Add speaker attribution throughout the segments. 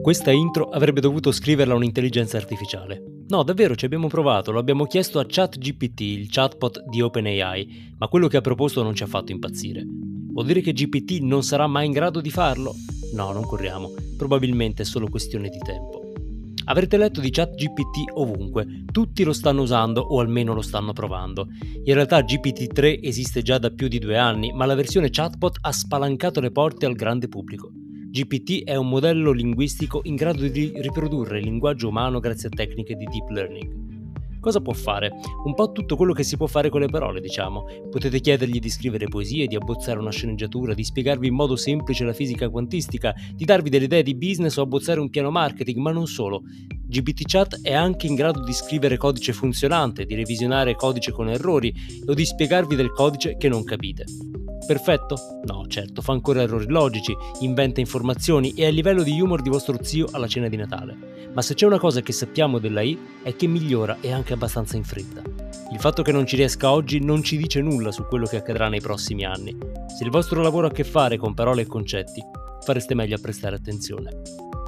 Speaker 1: Questa intro avrebbe dovuto scriverla un'intelligenza artificiale. No, davvero ci abbiamo provato, lo abbiamo chiesto a ChatGPT, il chatbot di OpenAI, ma quello che ha proposto non ci ha fatto impazzire. Vuol dire che GPT non sarà mai in grado di farlo? No, non corriamo, probabilmente è solo questione di tempo. Avrete letto di ChatGPT ovunque, tutti lo stanno usando o almeno lo stanno provando. In realtà GPT-3 esiste già da più di 2 anni, ma la versione chatbot ha spalancato le porte al grande pubblico. GPT è un modello linguistico in grado di riprodurre il linguaggio umano grazie a tecniche di deep learning. Cosa può fare? Un po' tutto quello che si può fare con le parole, diciamo. Potete chiedergli di scrivere poesie, di abbozzare una sceneggiatura, di spiegarvi in modo semplice la fisica quantistica, di darvi delle idee di business o abbozzare un piano marketing, ma non solo. GPT Chat è anche in grado di scrivere codice funzionante, di revisionare codice con errori o di spiegarvi del codice che non capite. Perfetto? No, certo, fa ancora errori logici, inventa informazioni e è a livello di humor di vostro zio alla cena di Natale. Ma se c'è una cosa che sappiamo dell'AI è che migliora e anche abbastanza in fretta. Il fatto che non ci riesca oggi non ci dice nulla su quello che accadrà nei prossimi anni. Se il vostro lavoro ha a che fare con parole e concetti, fareste meglio a prestare attenzione.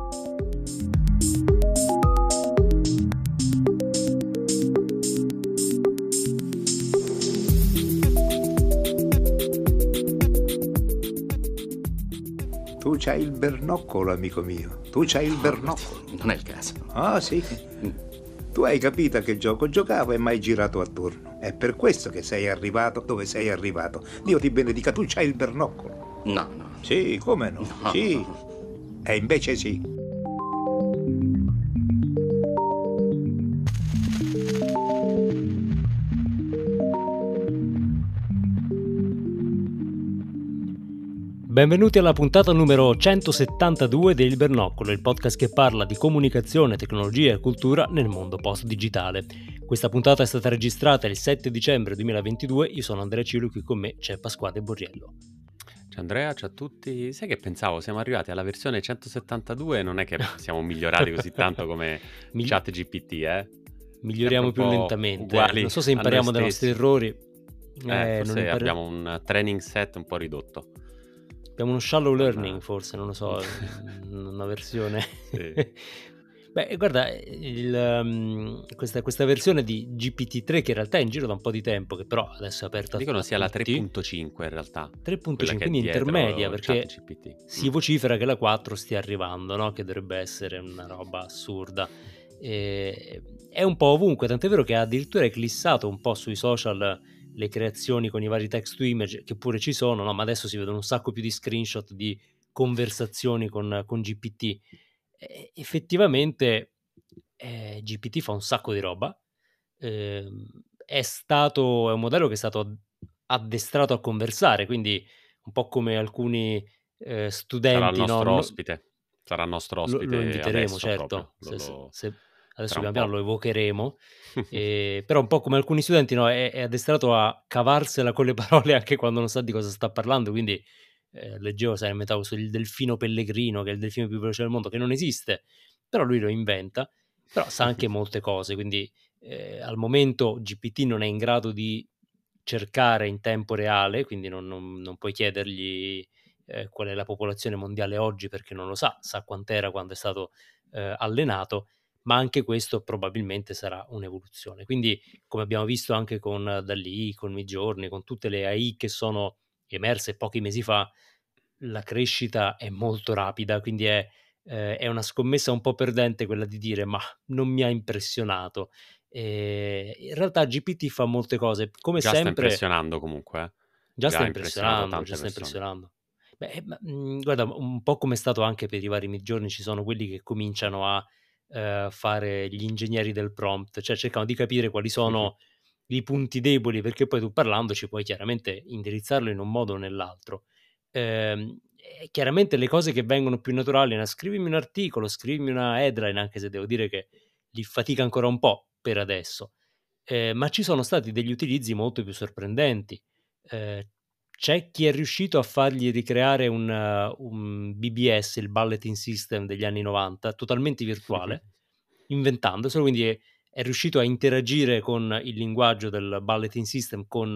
Speaker 2: Tu c'hai il bernoccolo, amico mio. Tu c'hai il bernoccolo.
Speaker 3: Non è il caso.
Speaker 2: Ah, sì. Tu hai capito a che gioco giocavo e mai girato attorno. È per questo che sei arrivato dove sei arrivato. Dio ti benedica, tu c'hai il bernoccolo.
Speaker 3: No.
Speaker 2: Sì, come no?
Speaker 3: No.
Speaker 2: Sì. E invece sì.
Speaker 1: Benvenuti alla puntata numero 172 del Bernoccolo, il podcast che parla di comunicazione, tecnologia e cultura nel mondo post-digitale. Questa puntata è stata registrata il 7 dicembre 2022, io sono Andrea Cilu, qui con me c'è Pasquale Borriello.
Speaker 4: Ciao Andrea, ciao a tutti. Sai che pensavo, siamo arrivati alla versione 172 e non è che siamo migliorati così tanto come ChatGPT,
Speaker 1: Miglioriamo più lentamente. Non so se impariamo dai nostri errori.
Speaker 4: Forse abbiamo un training set un po' ridotto.
Speaker 1: Abbiamo uno shallow learning, forse, non lo so, una versione.
Speaker 4: Sì.
Speaker 1: Beh, guarda, questa versione di GPT-3 che in realtà è in giro da un po' di tempo, che però adesso è aperta.
Speaker 4: Dicono sia la 3.5 in realtà.
Speaker 1: 3.5, quindi intermedia, perché
Speaker 4: ChatGPT.
Speaker 1: si vocifera che la 4 stia arrivando, no? Che dovrebbe essere una roba assurda. È un po' ovunque, tant'è vero che ha addirittura eclissato un po' sui social le creazioni con i vari text to image, che pure ci sono, no? Ma adesso si vedono un sacco più di screenshot di conversazioni con GPT. Effettivamente GPT fa un sacco di roba. È un modello che è stato addestrato a conversare, quindi un po' come alcuni studenti.
Speaker 4: Sarà il nostro ospite. Sarà il nostro ospite.
Speaker 1: Lo inviteremo,
Speaker 4: adesso,
Speaker 1: certo. Adesso pian piano lo evocheremo.
Speaker 4: Sì.
Speaker 1: Però un po' come alcuni studenti, no, è addestrato a cavarsela con le parole anche quando non sa di cosa sta parlando, quindi leggevo, sai, a metà il delfino pellegrino, che è il delfino più veloce del mondo, che non esiste, però lui lo inventa, però sa anche molte cose, quindi al momento GPT non è in grado di cercare in tempo reale, quindi non puoi chiedergli qual è la popolazione mondiale oggi perché non lo sa quant'era quando è stato allenato, ma anche questo probabilmente sarà un'evoluzione. Quindi, come abbiamo visto anche con DALL-E, con Midjourney, con tutte le AI che sono emerse pochi mesi fa, la crescita è molto rapida, quindi è una scommessa un po' perdente quella di dire ma non mi ha impressionato. In realtà GPT fa molte cose, come
Speaker 4: già
Speaker 1: sempre.
Speaker 4: Sta impressionando comunque.
Speaker 1: Già sta impressionando. Beh, guarda, un po' come è stato anche per i vari Midjourney, ci sono quelli che cominciano a fare gli ingegneri del prompt, cioè cercano di capire quali sono i punti deboli, perché poi tu parlandoci puoi chiaramente indirizzarlo in un modo o nell'altro. Chiaramente le cose che vengono più naturali, scrivimi un articolo, scrivimi una headline, anche se devo dire che li fatica ancora un po' per adesso, ma ci sono stati degli utilizzi molto più sorprendenti. C'è chi è riuscito a fargli ricreare un BBS, il Bulletin System degli anni 90, totalmente virtuale, inventandoselo, quindi è riuscito a interagire con il linguaggio del Bulletin System con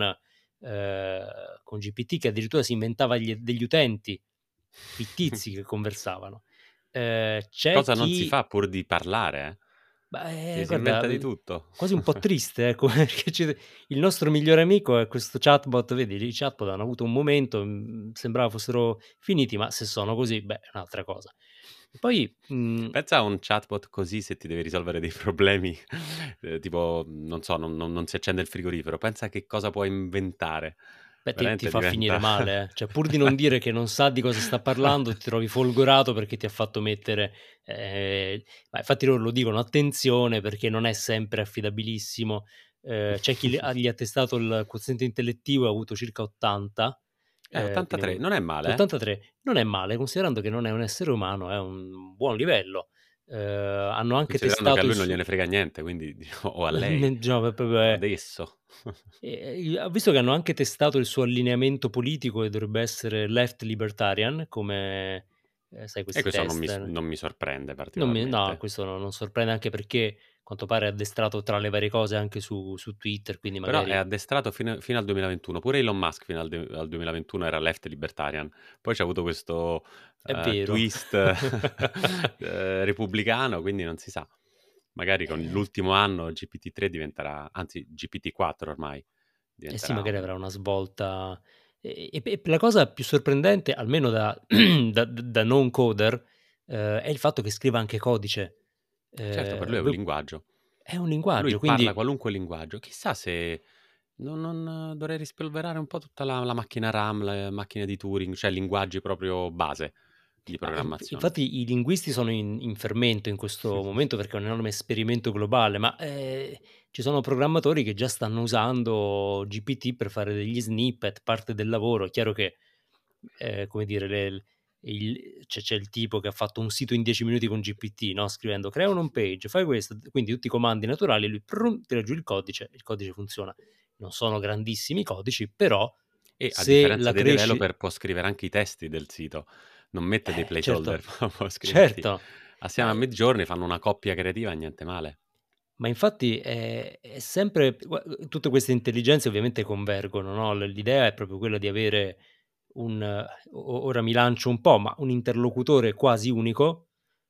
Speaker 1: GPT, che addirittura si inventava degli utenti fittizi che conversavano. C'è
Speaker 4: Cosa non si
Speaker 1: chi
Speaker 4: fa pur di parlare,
Speaker 1: beh,
Speaker 4: si
Speaker 1: guarda,
Speaker 4: inventa di tutto.
Speaker 1: quasi un po' triste, ecco, perché il nostro migliore amico è questo chatbot, vedi, i chatbot hanno avuto un momento, sembrava fossero finiti, ma se sono così, beh, è un'altra cosa. E poi,
Speaker 4: Pensa a un chatbot così se ti devi risolvere dei problemi, tipo, non so, non si accende il frigorifero, pensa che cosa puoi inventare.
Speaker 1: beh, ti
Speaker 4: Veramente
Speaker 1: fa finire
Speaker 4: diventa
Speaker 1: male, eh. Cioè, pur di non dire che non sa di cosa sta parlando, ti trovi folgorato perché ti ha fatto mettere ma infatti loro lo dicono: "Attenzione perché non è sempre affidabilissimo." C'è chi gli ha testato il quoziente intellettivo e ha avuto circa 80, quindi
Speaker 4: 83,
Speaker 1: un
Speaker 4: non è male,
Speaker 1: 83 non è male, considerando che non è un essere umano, è un buon livello. Hanno anche
Speaker 4: considerando che a
Speaker 1: testato il
Speaker 4: lui non
Speaker 1: suo
Speaker 4: gliene frega niente, quindi o a lei,
Speaker 1: no, proprio
Speaker 4: o
Speaker 1: è
Speaker 4: ad esso.
Speaker 1: ho visto che hanno anche testato il suo allineamento politico e dovrebbe essere left libertarian come, sai
Speaker 4: E
Speaker 1: questi
Speaker 4: questo
Speaker 1: test.
Speaker 4: non mi sorprende
Speaker 1: No,
Speaker 4: particolarmente.
Speaker 1: questo non sorprende anche perché a quanto pare è addestrato tra le varie cose anche su Twitter, quindi
Speaker 4: Però è
Speaker 1: magari
Speaker 4: addestrato fino al 2021. Pure Elon Musk fino al 2021 era left libertarian. Poi c'ha avuto questo,
Speaker 1: è vero.
Speaker 4: twist, repubblicano, quindi non si sa. Magari con
Speaker 1: Eh,
Speaker 4: l'ultimo anno GPT-3 diventerà, anzi GPT-4 ormai,
Speaker 1: eh sì,
Speaker 4: diventerà
Speaker 1: magari
Speaker 4: un
Speaker 1: avrà una svolta. E la cosa più sorprendente, almeno da da non coder, è il fatto che scriva anche codice.
Speaker 4: certo, per lui è un
Speaker 1: V
Speaker 4: linguaggio.
Speaker 1: È un
Speaker 4: Lui
Speaker 1: linguaggio,
Speaker 4: parla
Speaker 1: quindi
Speaker 4: qualunque linguaggio. Chissà se non dovrei rispolverare un po' tutta la macchina RAM, le macchine di Turing, cioè linguaggi proprio base di
Speaker 1: ma
Speaker 4: programmazione.
Speaker 1: infatti i linguisti sono in fermento in questo momento perché è un enorme esperimento globale, ma, ci sono programmatori che già stanno usando GPT per fare degli snippet, parte del lavoro. È chiaro che, come dire, c'è il tipo che ha fatto un sito in 10 minuti con GPT, no, scrivendo: "Crea un home page, fai questo", quindi tutti i comandi naturali, lui tira giù il codice funziona. Non sono grandissimi codici, però
Speaker 4: E a
Speaker 1: se
Speaker 4: differenza
Speaker 1: la
Speaker 4: dei
Speaker 1: cresci
Speaker 4: developer può scrivere anche i testi del sito, non mette dei placeholder,
Speaker 1: certo,
Speaker 4: ma può scriverti
Speaker 1: certo.
Speaker 4: assieme
Speaker 1: Ma
Speaker 4: a Midjourney, fanno una coppia creativa e niente male.
Speaker 1: Ma infatti è sempre tutte queste intelligenze ovviamente convergono, no, l'idea è proprio quella di avere un ora mi lancio un po', ma un interlocutore quasi unico,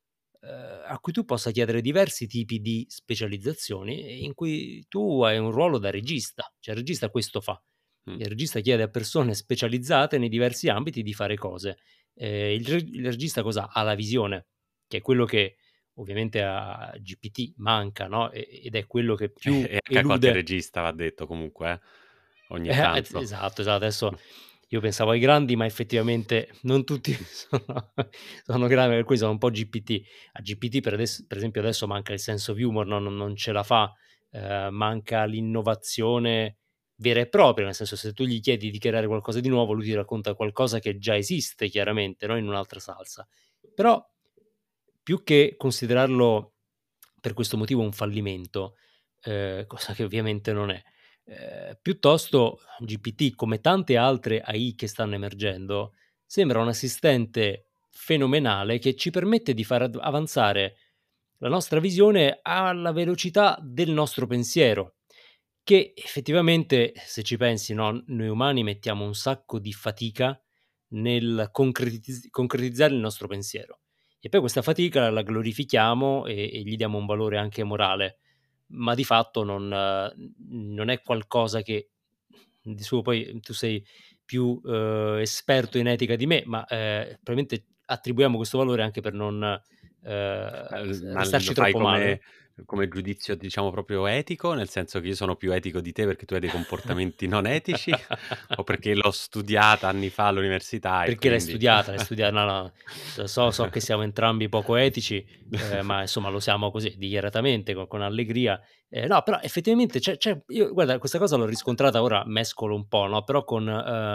Speaker 1: a cui tu possa chiedere diversi tipi di specializzazioni e in cui tu hai un ruolo da regista, cioè il regista questo fa.
Speaker 4: Mh.
Speaker 1: Il regista chiede a persone specializzate nei diversi ambiti di fare cose. Il regista cosa? Ha la visione, che è quello che ovviamente a GPT manca, no, ed è quello che più
Speaker 4: E anche a qualche
Speaker 1: elude.
Speaker 4: regista va detto comunque, ogni tanto.
Speaker 1: Esatto, adesso io pensavo ai grandi, ma effettivamente non tutti sono grandi, per cui sono un po' GPT. A GPT per esempio adesso manca il sense of humor, no, non ce la fa, manca l'innovazione vera e propria, nel senso se tu gli chiedi di creare qualcosa di nuovo, lui ti racconta qualcosa che già esiste chiaramente, no, in un'altra salsa. Però più che considerarlo per questo motivo un fallimento, cosa che ovviamente non è, piuttosto GPT, come tante altre AI che stanno emergendo, sembra un assistente fenomenale che ci permette di far avanzare la nostra visione alla velocità del nostro pensiero, che effettivamente, se ci pensi, no, noi umani mettiamo un sacco di fatica nel concretizzare il nostro pensiero. E poi questa fatica la glorifichiamo e gli diamo un valore anche morale, ma di fatto non è qualcosa che di suo poi tu sei più, esperto in etica di me, ma, probabilmente attribuiamo questo valore anche per non,
Speaker 4: Ma lo
Speaker 1: restarci
Speaker 4: fai
Speaker 1: troppo male,
Speaker 4: come
Speaker 1: no?
Speaker 4: giudizio, diciamo, proprio etico, nel senso che io sono più etico di te perché tu hai dei comportamenti non etici, o perché l'ho studiata anni fa all'università e
Speaker 1: Perché
Speaker 4: quindi
Speaker 1: l'hai studia no, no, so che siamo entrambi poco etici, ma insomma lo siamo così dichiaratamente, con allegria. No, però effettivamente io guarda questa cosa l'ho riscontrata, ora mescolo un po', no, però con,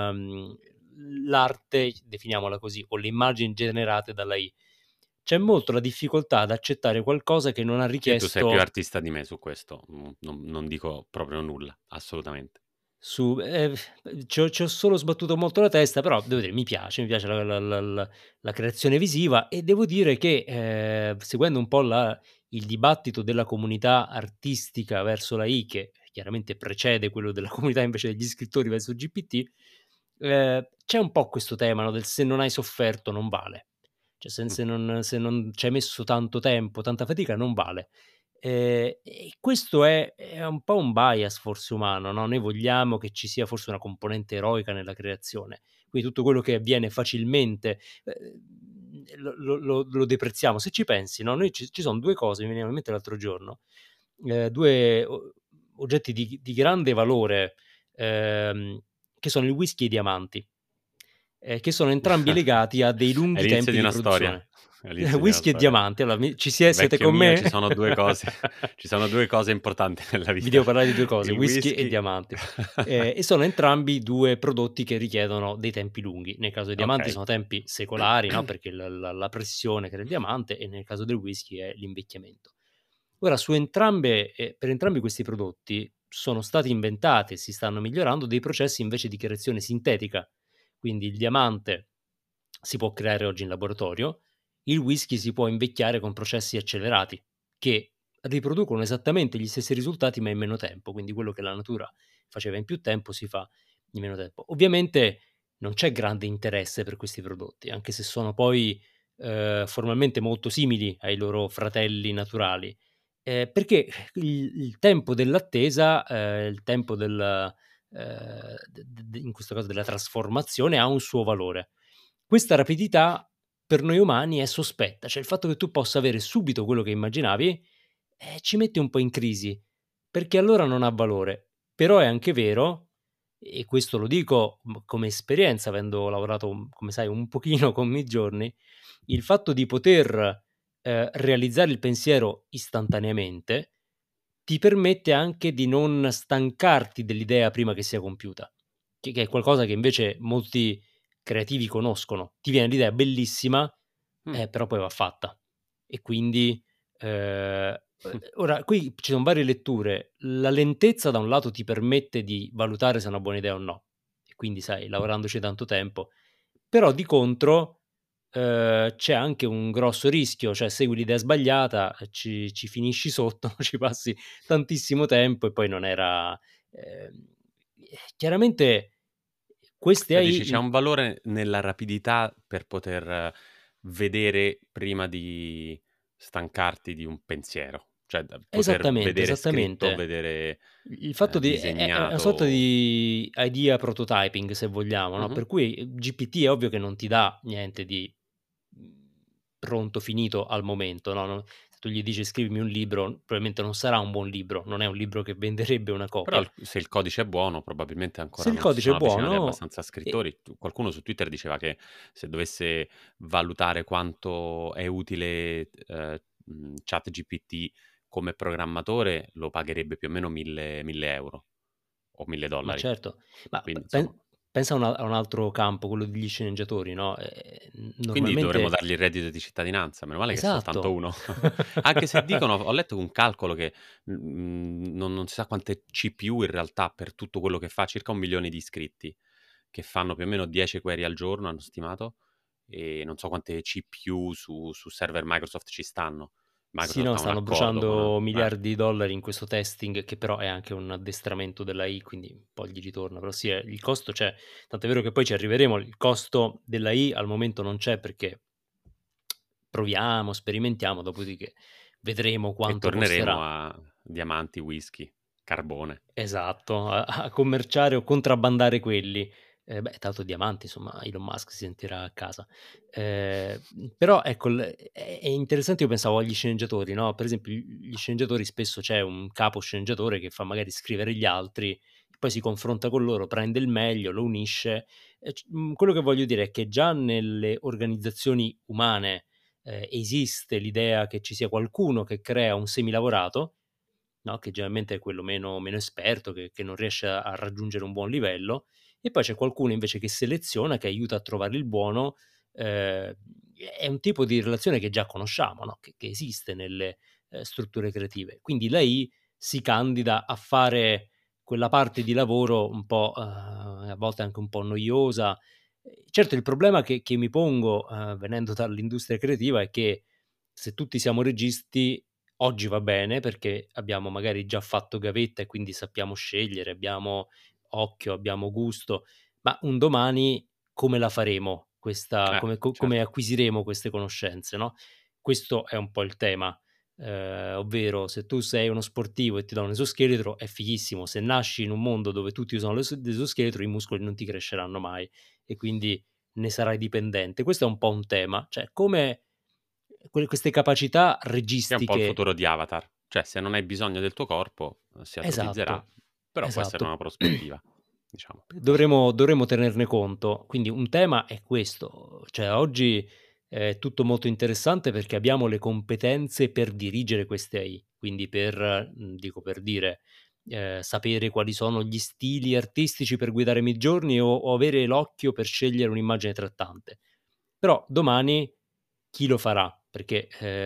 Speaker 1: l'arte, definiamola così, o le immagini generate dall'AI. C'è molto la difficoltà ad accettare qualcosa che non ha
Speaker 4: sì, tu sei più
Speaker 1: richiesto.
Speaker 4: artista di me su questo, non dico proprio nulla, assolutamente.
Speaker 1: Su ci ho solo sbattuto molto la testa, però devo dire mi piace la creazione visiva e devo dire che, seguendo un po' il dibattito della comunità artistica verso l'AI, che chiaramente precede quello della comunità invece degli scrittori verso GPT, c'è un po' questo tema, no, del se non hai sofferto non vale. Cioè se non ci hai messo tanto tempo, tanta fatica, non vale. E questo è un po' un bias forse umano, no, noi vogliamo che ci sia forse una componente eroica nella creazione, quindi tutto quello che avviene facilmente, lo deprezziamo. Se ci pensi, no, noi ci son 2 cose, mi veniva in mente l'altro giorno, 2 oggetti di grande valore, ehm, che sono il whisky e i diamanti, che sono entrambi legati a dei
Speaker 4: È
Speaker 1: lunghi
Speaker 4: l'inizio
Speaker 1: tempi
Speaker 4: di
Speaker 1: di
Speaker 4: una storia,
Speaker 1: produzione.
Speaker 4: è l'inizio di una
Speaker 1: Whisky e
Speaker 4: storia.
Speaker 1: diamanti, allora siete
Speaker 4: Vecchio
Speaker 1: con
Speaker 4: mio,
Speaker 1: me?
Speaker 4: ci sono 2 cose ci sono 2 cose importanti nella
Speaker 1: Vi
Speaker 4: vita:
Speaker 1: devo parlare di 2 cose,
Speaker 4: il
Speaker 1: whisky e
Speaker 4: whisky
Speaker 1: diamanti. E sono entrambi 2 prodotti che richiedono dei tempi lunghi. Nel caso dei diamanti
Speaker 4: Okay.
Speaker 1: sono tempi secolari, no, perché la pressione crea il diamante, e nel caso del whisky è l'invecchiamento. Ora su entrambe per entrambi questi prodotti sono stati inventati e si stanno migliorando dei processi invece di creazione sintetica. Quindi il diamante si può creare oggi in laboratorio, il whisky si può invecchiare con processi accelerati, che riproducono esattamente gli stessi risultati ma in meno tempo, quindi quello che la natura faceva in più tempo si fa in meno tempo. Ovviamente non c'è grande interesse per questi prodotti, anche se sono poi, formalmente molto simili ai loro fratelli naturali, perché il tempo dell'attesa, il tempo del in questo caso della trasformazione ha un suo valore. Questa rapidità per noi umani è sospetta, cioè il fatto che tu possa avere subito quello che immaginavi, ci mette un po' in crisi, perché allora non ha valore. Però è anche vero, e questo lo dico come esperienza, avendo lavorato, come sai, un pochino con Midjourney, il fatto di poter, realizzare il pensiero istantaneamente, ti permette anche di non stancarti dell'idea prima che sia compiuta, che è qualcosa che invece molti creativi conoscono. Ti viene l'idea bellissima,
Speaker 4: Mh.
Speaker 1: però poi va fatta. E quindi, ora qui ci son varie letture. La lentezza da un lato ti permette di valutare se è una buona idea o no, e quindi sai, lavorandoci tanto tempo, però di contro, c'è anche un grosso rischio, cioè segui l'idea sbagliata, ci finisci sotto, ci passi tantissimo tempo e poi non era chiaramente queste
Speaker 4: Cioè dici
Speaker 1: AI
Speaker 4: c'è un valore nella rapidità per poter vedere prima di stancarti di un pensiero, cioè da poter
Speaker 1: esattamente,
Speaker 4: vedere scritto,
Speaker 1: esattamente.
Speaker 4: vedere,
Speaker 1: Il fatto di è una sorta
Speaker 4: disegnato.
Speaker 1: di idea prototyping se vogliamo, no,
Speaker 4: Mh-mh.
Speaker 1: per cui GPT è ovvio che non ti dà niente di, pronto, finito al momento, no, se tu gli dici: "Scrivimi un libro", probabilmente non sarà un buon libro, non è un libro che venderebbe una
Speaker 4: Però
Speaker 1: copia.
Speaker 4: se il codice è buono, probabilmente
Speaker 1: Se
Speaker 4: ancora
Speaker 1: il
Speaker 4: non si
Speaker 1: codice è
Speaker 4: sono avvicinati
Speaker 1: buono
Speaker 4: abbastanza
Speaker 1: e
Speaker 4: scrittori. Tu qualcuno su Twitter diceva che se dovesse valutare quanto è utile, ChatGPT come programmatore, lo pagherebbe più o meno 1000 € o
Speaker 1: ma
Speaker 4: $1000.
Speaker 1: certo, ma
Speaker 4: Quindi insomma,
Speaker 1: pensa a un altro campo, quello degli sceneggiatori, no,
Speaker 4: quindi dovremmo
Speaker 1: normalmente
Speaker 4: dargli il reddito di cittadinanza. Meno male che è soltanto
Speaker 1: esatto.
Speaker 4: uno. Anche se dicono, ho letto un calcolo che, non si sa quante CPU in realtà per tutto quello che fa, circa 1.000.000 di iscritti, che fanno più o meno 10 query al giorno, hanno stimato, e non so quante CPU su server Microsoft ci stanno.
Speaker 1: Sì,
Speaker 4: Microsoft
Speaker 1: no,
Speaker 4: ha un
Speaker 1: stanno
Speaker 4: accordo con.
Speaker 1: bruciando miliardi di dollari in questo testing, che però è anche un addestramento dell'AI, quindi un po' gli ritorna. Però sì, il costo c'è, tant'è vero che poi ci arriveremo. Il costo dell'AI al momento non c'è perché proviamo, sperimentiamo, dopodiché vedremo
Speaker 4: E
Speaker 1: quanto
Speaker 4: torneremo
Speaker 1: costerà.
Speaker 4: a diamanti, whisky, carbone.
Speaker 1: Esatto, a commerciare o contrabbandare quelli. Beh, tanto diamanti, insomma, Elon Musk si sentirà a casa. Però ecco, è interessante, io pensavo agli sceneggiatori, no, per esempio gli sceneggiatori, spesso c'è un capo sceneggiatore che fa magari scrivere gli altri, poi si confronta con loro, prende il meglio, lo unisce. Quello che voglio dire è che già nelle organizzazioni umane, esiste l'idea che ci sia qualcuno che crea un semilavorato, no, che generalmente è quello meno esperto, che non riesce a raggiungere un buon livello, e poi c'è qualcuno invece che seleziona, che aiuta a trovare il buono. Ehm, è un tipo di relazione che già conosciamo, no, che esiste nelle, strutture creative. Quindi l'AI si candida a fare quella parte di lavoro un po', a volte anche un po' noiosa. Certo, il problema che mi pongo, venendo dall'industria creativa, è che se tutti siamo registi, oggi va bene perché abbiamo magari già fatto gavetta e quindi sappiamo scegliere, abbiamo occhio, abbiamo gusto, ma un domani come la faremo? come
Speaker 4: Certo.
Speaker 1: acquisiremo queste conoscenze, no? Questo è un po' il tema, ovvero se tu sei uno sportivo e ti do un esoscheletro è fighissimo, se nasci in un mondo dove tutti usano l'esoscheletro i muscoli non ti cresceranno mai e quindi ne sarai dipendente. Questo è un po' un tema, cioè come queste capacità
Speaker 4: Che è un po' il
Speaker 1: registiche.
Speaker 4: futuro di Avatar. Cioè, se non hai bisogno del tuo corpo, si atomizzerà,
Speaker 1: Esatto,
Speaker 4: però può essere una
Speaker 1: esatto.
Speaker 4: prospettiva, diciamo.
Speaker 1: Dovremo tenerne conto. Quindi un tema è questo, cioè oggi è tutto molto interessante perché abbiamo le competenze per dirigere queste AI, quindi dico per dire, sapere quali sono gli stili artistici per guidare Midjourney o avere l'occhio per scegliere un'immagine trattante. Però domani chi lo farà? Perché,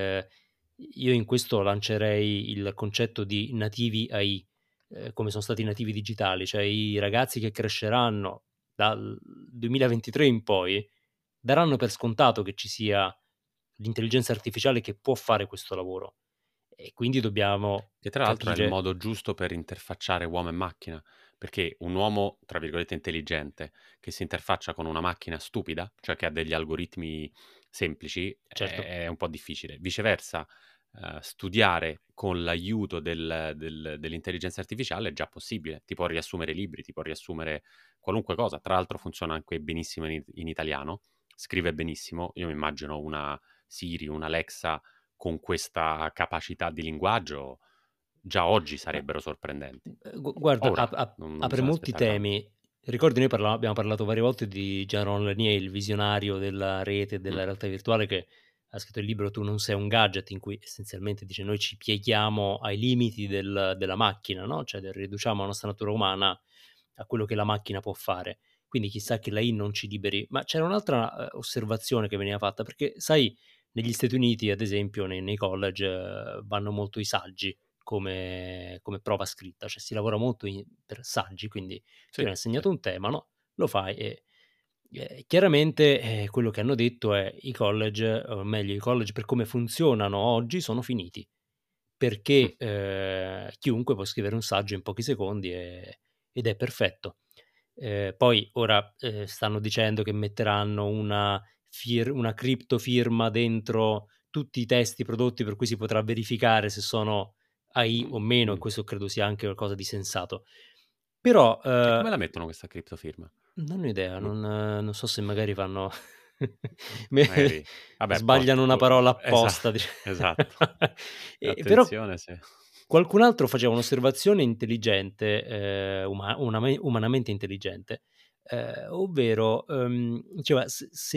Speaker 1: io in questo lancerei il concetto di nativi AI, come sono stati i nativi digitali, cioè i ragazzi che cresceranno dal 2023 in poi, daranno per scontato che ci sia l'intelligenza artificiale che può fare questo lavoro e quindi dobbiamo
Speaker 4: Che tra l'altro è il
Speaker 1: capire.
Speaker 4: modo giusto per interfacciare uomo e macchina, perché un uomo, tra virgolette, intelligente, che si interfaccia con una macchina stupida, cioè che ha degli algoritmi semplici,
Speaker 1: Certo,
Speaker 4: è un po' difficile. Viceversa, studiare con l'aiuto dell'intelligenza artificiale è già possibile. Ti può riassumere libri, ti può riassumere qualunque cosa. Tra l'altro funziona anche benissimo in italiano, scrive benissimo. Io mi immagino una Siri, una Alexa con questa capacità di linguaggio già oggi
Speaker 1: ma
Speaker 4: sarebbero sorprendenti.
Speaker 1: guarda,
Speaker 4: Ora, non
Speaker 1: apre
Speaker 4: bisogna
Speaker 1: molti
Speaker 4: aspettare tanto.
Speaker 1: temi. Ricordi noi abbiamo parlato varie volte di Jaron Lanier, il visionario della rete e
Speaker 4: Mh,
Speaker 1: della realtà virtuale che ha scritto il libro "Tu non sei un gadget", in cui essenzialmente dice: "Noi ci pieghiamo ai limiti della macchina", no, cioè riduciamo la nostra natura umana a quello che la macchina può fare. Quindi chissà che l'AI non ci liberi. Ma c'era un'altra, osservazione che veniva fatta, perché sai negli Stati Uniti ad esempio nei college, vanno molto i saggi come prova scritta, cioè si lavora molto per saggi, quindi ti
Speaker 4: sì,
Speaker 1: viene
Speaker 4: sì.
Speaker 1: assegnato un tema, no, lo fai e, chiaramente, quello che hanno detto è i college, o meglio i college per come funzionano oggi sono finiti,
Speaker 4: Mh,
Speaker 1: perché, chiunque può scrivere un saggio in pochi secondi ed è perfetto. Poi ora, stanno dicendo che metteranno una criptofirma dentro tutti i testi prodotti, per cui si potrà verificare se sono AI o meno, e
Speaker 4: mh.
Speaker 1: questo credo sia anche qualcosa di sensato. Però,
Speaker 4: E come la mettono questa criptofirma?
Speaker 1: non ho idea,
Speaker 4: Boh,
Speaker 1: non so se magari fanno me
Speaker 4: magari vabbè
Speaker 1: sbagliano una parola apposta
Speaker 4: esatto.
Speaker 1: però
Speaker 4: Attenzione se
Speaker 1: qualcun altro faceva un'osservazione intelligente, umanamente intelligente, ovvero, diceva: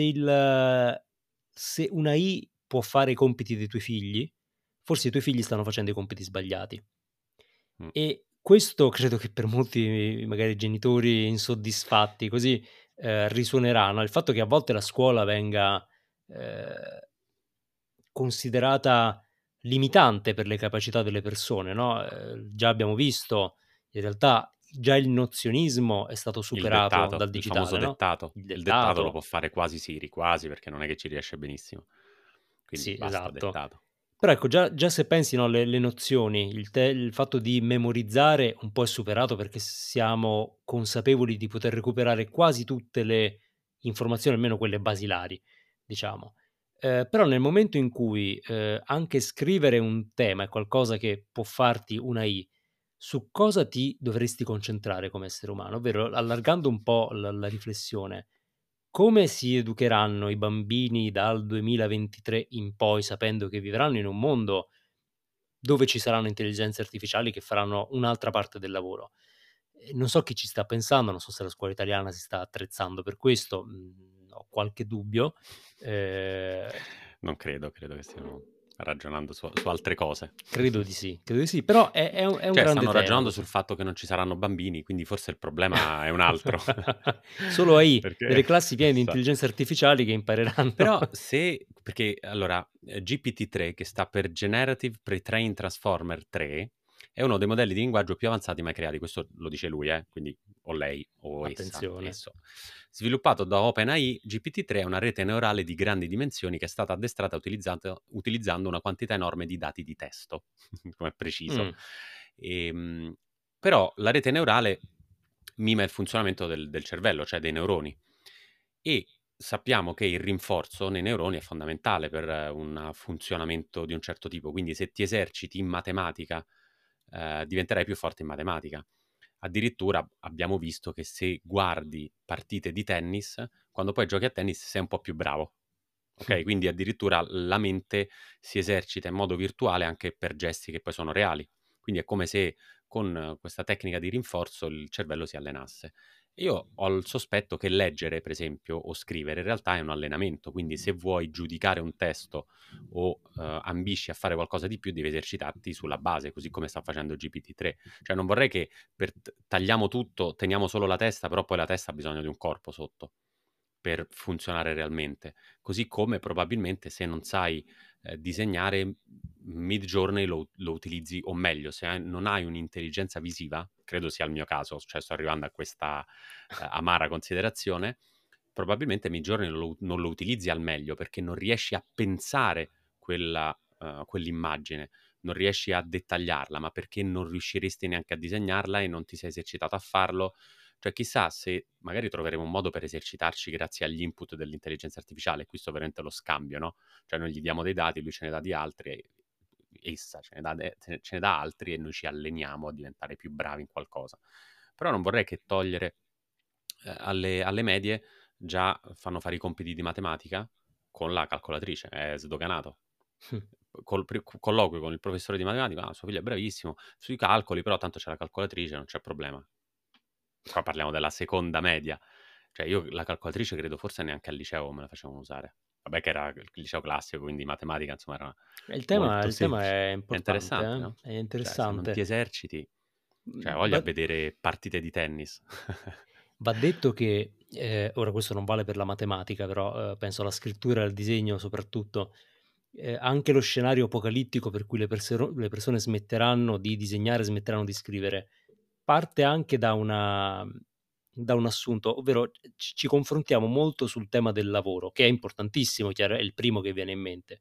Speaker 1: Se un'AI può fare i compiti dei tuoi figli, forse i tuoi figli stanno facendo i compiti sbagliati."
Speaker 4: mh,
Speaker 1: E questo credo che per molti magari genitori insoddisfatti così, risuonerà, no, il fatto che a volte la scuola venga, ehm, considerata limitante per le capacità delle persone, no, già abbiamo visto in realtà già il nozionismo è stato
Speaker 4: il
Speaker 1: superato
Speaker 4: dettato,
Speaker 1: dal
Speaker 4: il famoso
Speaker 1: digitale, no,
Speaker 4: dettato.
Speaker 1: il
Speaker 4: Il dettato lo
Speaker 1: dettato.
Speaker 4: può fare quasi Siri, quasi, perché non è che ci riesce benissimo. Quindi
Speaker 1: Sì,
Speaker 4: basta
Speaker 1: esatto.
Speaker 4: dettato.
Speaker 1: Però ecco già se pensi, no, le nozioni, il fatto di memorizzare un po' è superato perché siamo consapevoli di poter recuperare quasi tutte le informazioni, almeno quelle basilari, diciamo. Però nel momento in cui, anche scrivere un tema è qualcosa che può farti un'AI, su cosa ti dovresti concentrare come essere umano? Ovvero, allargando un po' la riflessione, come si educheranno i bambini dal 2023 in poi, sapendo che vivranno in un mondo dove ci saranno intelligenze artificiali che faranno un'altra parte del lavoro? Non so chi ci sta pensando, non so se la scuola italiana si sta attrezzando per questo, ho qualche dubbio. Ehm
Speaker 4: Non credo, credo che stiano ragionando su altre cose.
Speaker 1: Credo di sì, però è un
Speaker 4: Cioè,
Speaker 1: grande
Speaker 4: stanno
Speaker 1: tema
Speaker 4: ragionando sul
Speaker 1: questo.
Speaker 4: fatto che non ci saranno bambini, quindi forse il problema è un altro.
Speaker 1: Solo AI,
Speaker 4: Perché
Speaker 1: delle classi piene di
Speaker 4: esa
Speaker 1: intelligenze artificiali che impareranno.
Speaker 4: però se perché allora, GPT-3 che sta per Generative Pre-trained Transformer 3, è uno dei modelli di linguaggio più avanzati mai creati, questo lo dice lui quindi o lei o essa,
Speaker 1: Attenzione.
Speaker 4: esso. Sviluppato da OpenAI, GPT-3 è una rete neurale di grandi dimensioni che è stata addestrata utilizzando una quantità enorme di dati di testo, come è preciso.
Speaker 1: Mh,
Speaker 4: Ehm, Però la rete neurale mima il funzionamento del cervello, cioè dei neuroni. E sappiamo che il rinforzo nei neuroni è fondamentale per un funzionamento di un certo tipo, quindi se ti eserciti in matematica, diventerai più forte in matematica. Addirittura abbiamo visto che se guardi partite di tennis, quando poi giochi a tennis sei un po' più bravo. Ok, quindi addirittura la mente si esercita in modo virtuale anche per gesti che poi sono reali. Quindi è come se con questa tecnica di rinforzo il cervello si allenasse. Io ho il sospetto che leggere, per esempio, o scrivere in realtà è un allenamento, quindi se vuoi giudicare un testo o ambisci a fare qualcosa di più, devi esercitarti sulla base, così come sta facendo GPT-3. Cioè non vorrei che tagliamo tutto, teniamo solo la testa, però poi la testa ha bisogno di un corpo sotto per funzionare realmente. Così come probabilmente se non sai disegnare, Midjourney lo utilizzi, o meglio, se non hai un'intelligenza visiva, credo sia il mio caso, cioè sto arrivando a questa amara considerazione, probabilmente Midjourney non lo utilizzi al meglio perché non riesci a pensare quell'immagine, non riesci a dettagliarla, ma perché non riusciresti neanche a disegnarla e non ti sei esercitato a farlo. Cioè, chissà se magari troveremo un modo per esercitarci grazie agli input dell'intelligenza artificiale. Questo è veramente lo scambio, no? Cioè, noi gli diamo dei dati, lui ce ne dà di altri, e essa ce ne dà altri e noi ci alleniamo a diventare più bravi in qualcosa. Però non vorrei che togliere alle medie già fanno fare i compiti di matematica con la calcolatrice, è sdoganato. Colloquio con il professore di matematica, suo figlio è bravissimo, sui calcoli, però tanto c'è la calcolatrice, non c'è problema. Qua parliamo della seconda media. Cioè io la calcolatrice credo forse neanche al liceo me la facevano usare. Vabbè che era il liceo classico, quindi matematica insomma era
Speaker 1: Il tema,
Speaker 4: molto
Speaker 1: il tema
Speaker 4: semplice.
Speaker 1: è
Speaker 4: È
Speaker 1: importante,
Speaker 4: interessante, no?
Speaker 1: è
Speaker 4: Cioè se non ti
Speaker 1: interessante.
Speaker 4: eserciti, cioè voglia a
Speaker 1: Va,
Speaker 4: vedere partite di tennis.
Speaker 1: va detto che, ora questo non vale per la matematica, però penso alla scrittura e al disegno soprattutto, anche lo scenario apocalittico per cui le persone smetteranno di disegnare, smetteranno di scrivere, parte anche da un assunto, ovvero ci confrontiamo molto sul tema del lavoro, che è importantissimo, chiaro, è il primo che viene in mente.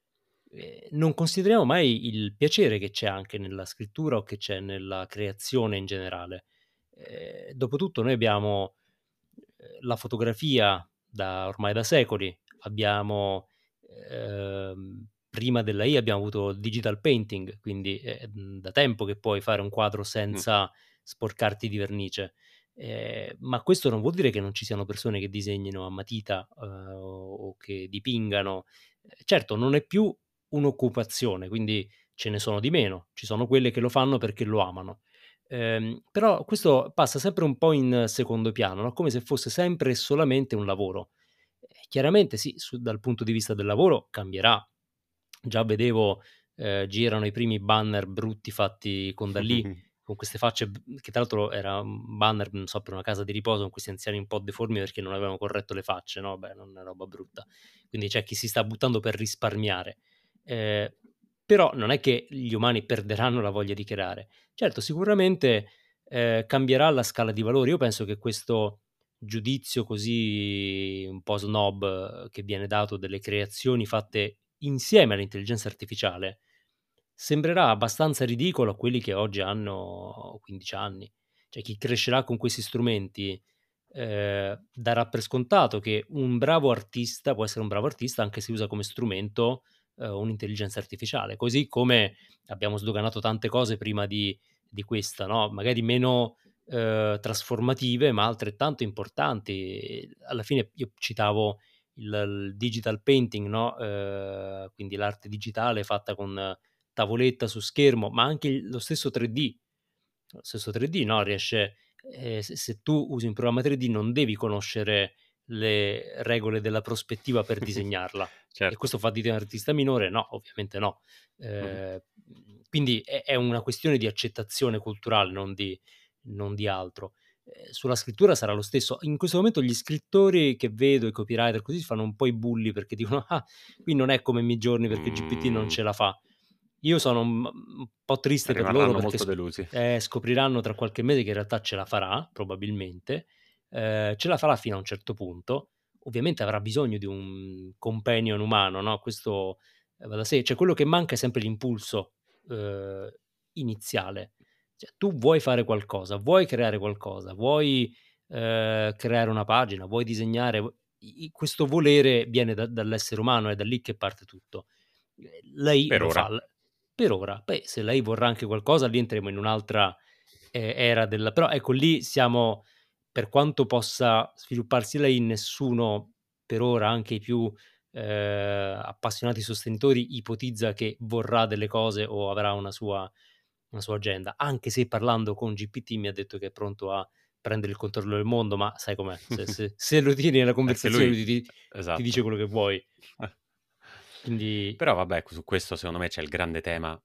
Speaker 1: Non consideriamo mai il piacere che c'è anche nella scrittura o che c'è nella creazione in generale. Dopotutto noi abbiamo, la fotografia ormai da secoli, abbiamo, prima dell'AI abbiamo avuto il digital painting, quindi è, da tempo che puoi fare un quadro
Speaker 4: Mm.
Speaker 1: senza sporcarti di vernice. Ma questo non vuol dire che non ci siano persone che disegnino a matita, o che dipingano. Certo, non è più un'occupazione, quindi ce ne sono di meno. Ci sono quelle che lo fanno perché lo amano. Però questo passa sempre un po' in secondo piano, no, come se fosse sempre e solamente un lavoro. Chiaramente sì, dal punto di vista del lavoro cambierà. Già vedevo, girano i primi banner brutti fatti con Dalì, con queste facce che tra l'altro era un banner, non so, per una casa di riposo con questi anziani un po' deformi perché non avevano corretto le facce, no, beh, non è roba brutta. Quindi c'è chi si sta buttando per risparmiare. Ehm, Però non è che gli umani perderanno la voglia di creare. Certo, sicuramente, cambierà la scala di valori. Io penso che questo giudizio così un po' snob, che viene dato delle creazioni fatte insieme all'intelligenza artificiale, sembrerà abbastanza ridicolo a quelli che oggi hanno 15 anni. Cioè chi crescerà con questi strumenti, darà per scontato che un bravo artista può essere un bravo artista anche se usa come strumento, un'intelligenza artificiale. Così come abbiamo sdoganato tante cose prima di questa, no, magari meno, trasformative, ma altrettanto importanti. Alla fine io citavo il digital painting, no, quindi l'arte digitale fatta con tavoletta su schermo, ma anche lo stesso 3D. Lo stesso 3D, no, riesce, se tu usi un programma 3D non devi conoscere le regole della prospettiva per disegnarla. E
Speaker 4: Certo.
Speaker 1: questo fa di te un artista minore? No, ovviamente no.
Speaker 4: Mhm.
Speaker 1: Quindi è una questione di accettazione culturale, non di altro. Sulla scrittura sarà lo stesso. In questo momento gli scrittori che vedo, i copywriter così, si fanno un po' i bulli perché dicono: "Ah, qui non è come Midjourney perché GPT non
Speaker 4: Mm,
Speaker 1: ce la fa". Io sono un po' triste per loro
Speaker 4: rimarranno
Speaker 1: perché
Speaker 4: molto delusi.
Speaker 1: scopriranno tra qualche mese che in realtà ce la farà, probabilmente. Ce la farà fino a un certo punto. Ovviamente avrà bisogno di un companion umano, no, questo, va da sé. Cioè quello che manca è sempre l'impulso, uhm, iniziale. Cioè tu vuoi fare qualcosa, vuoi creare qualcosa, vuoi, creare una pagina, vuoi disegnare, questo volere viene dall'essere umano, è da lì che parte tutto. Lei
Speaker 4: Per
Speaker 1: lo
Speaker 4: ora.
Speaker 1: fa per ora, poi se lei vorrà anche qualcosa lì entriamo in un'altra era del però ecco lì siamo per quanto possa svilupparsi lei, nessuno per ora, anche i più, appassionati sostenitori, ipotizza che vorrà delle cose o avrà una sua agenda, anche se parlando con GPT mi ha detto che è pronto a prendere il controllo del mondo, ma sai com'è, se lo tieni nella
Speaker 4: Perché
Speaker 1: conversazione
Speaker 4: lui
Speaker 1: lui ti dice
Speaker 4: esatto.
Speaker 1: quello che vuoi. Quindi
Speaker 4: Però vabbè, su questo secondo me c'è il grande tema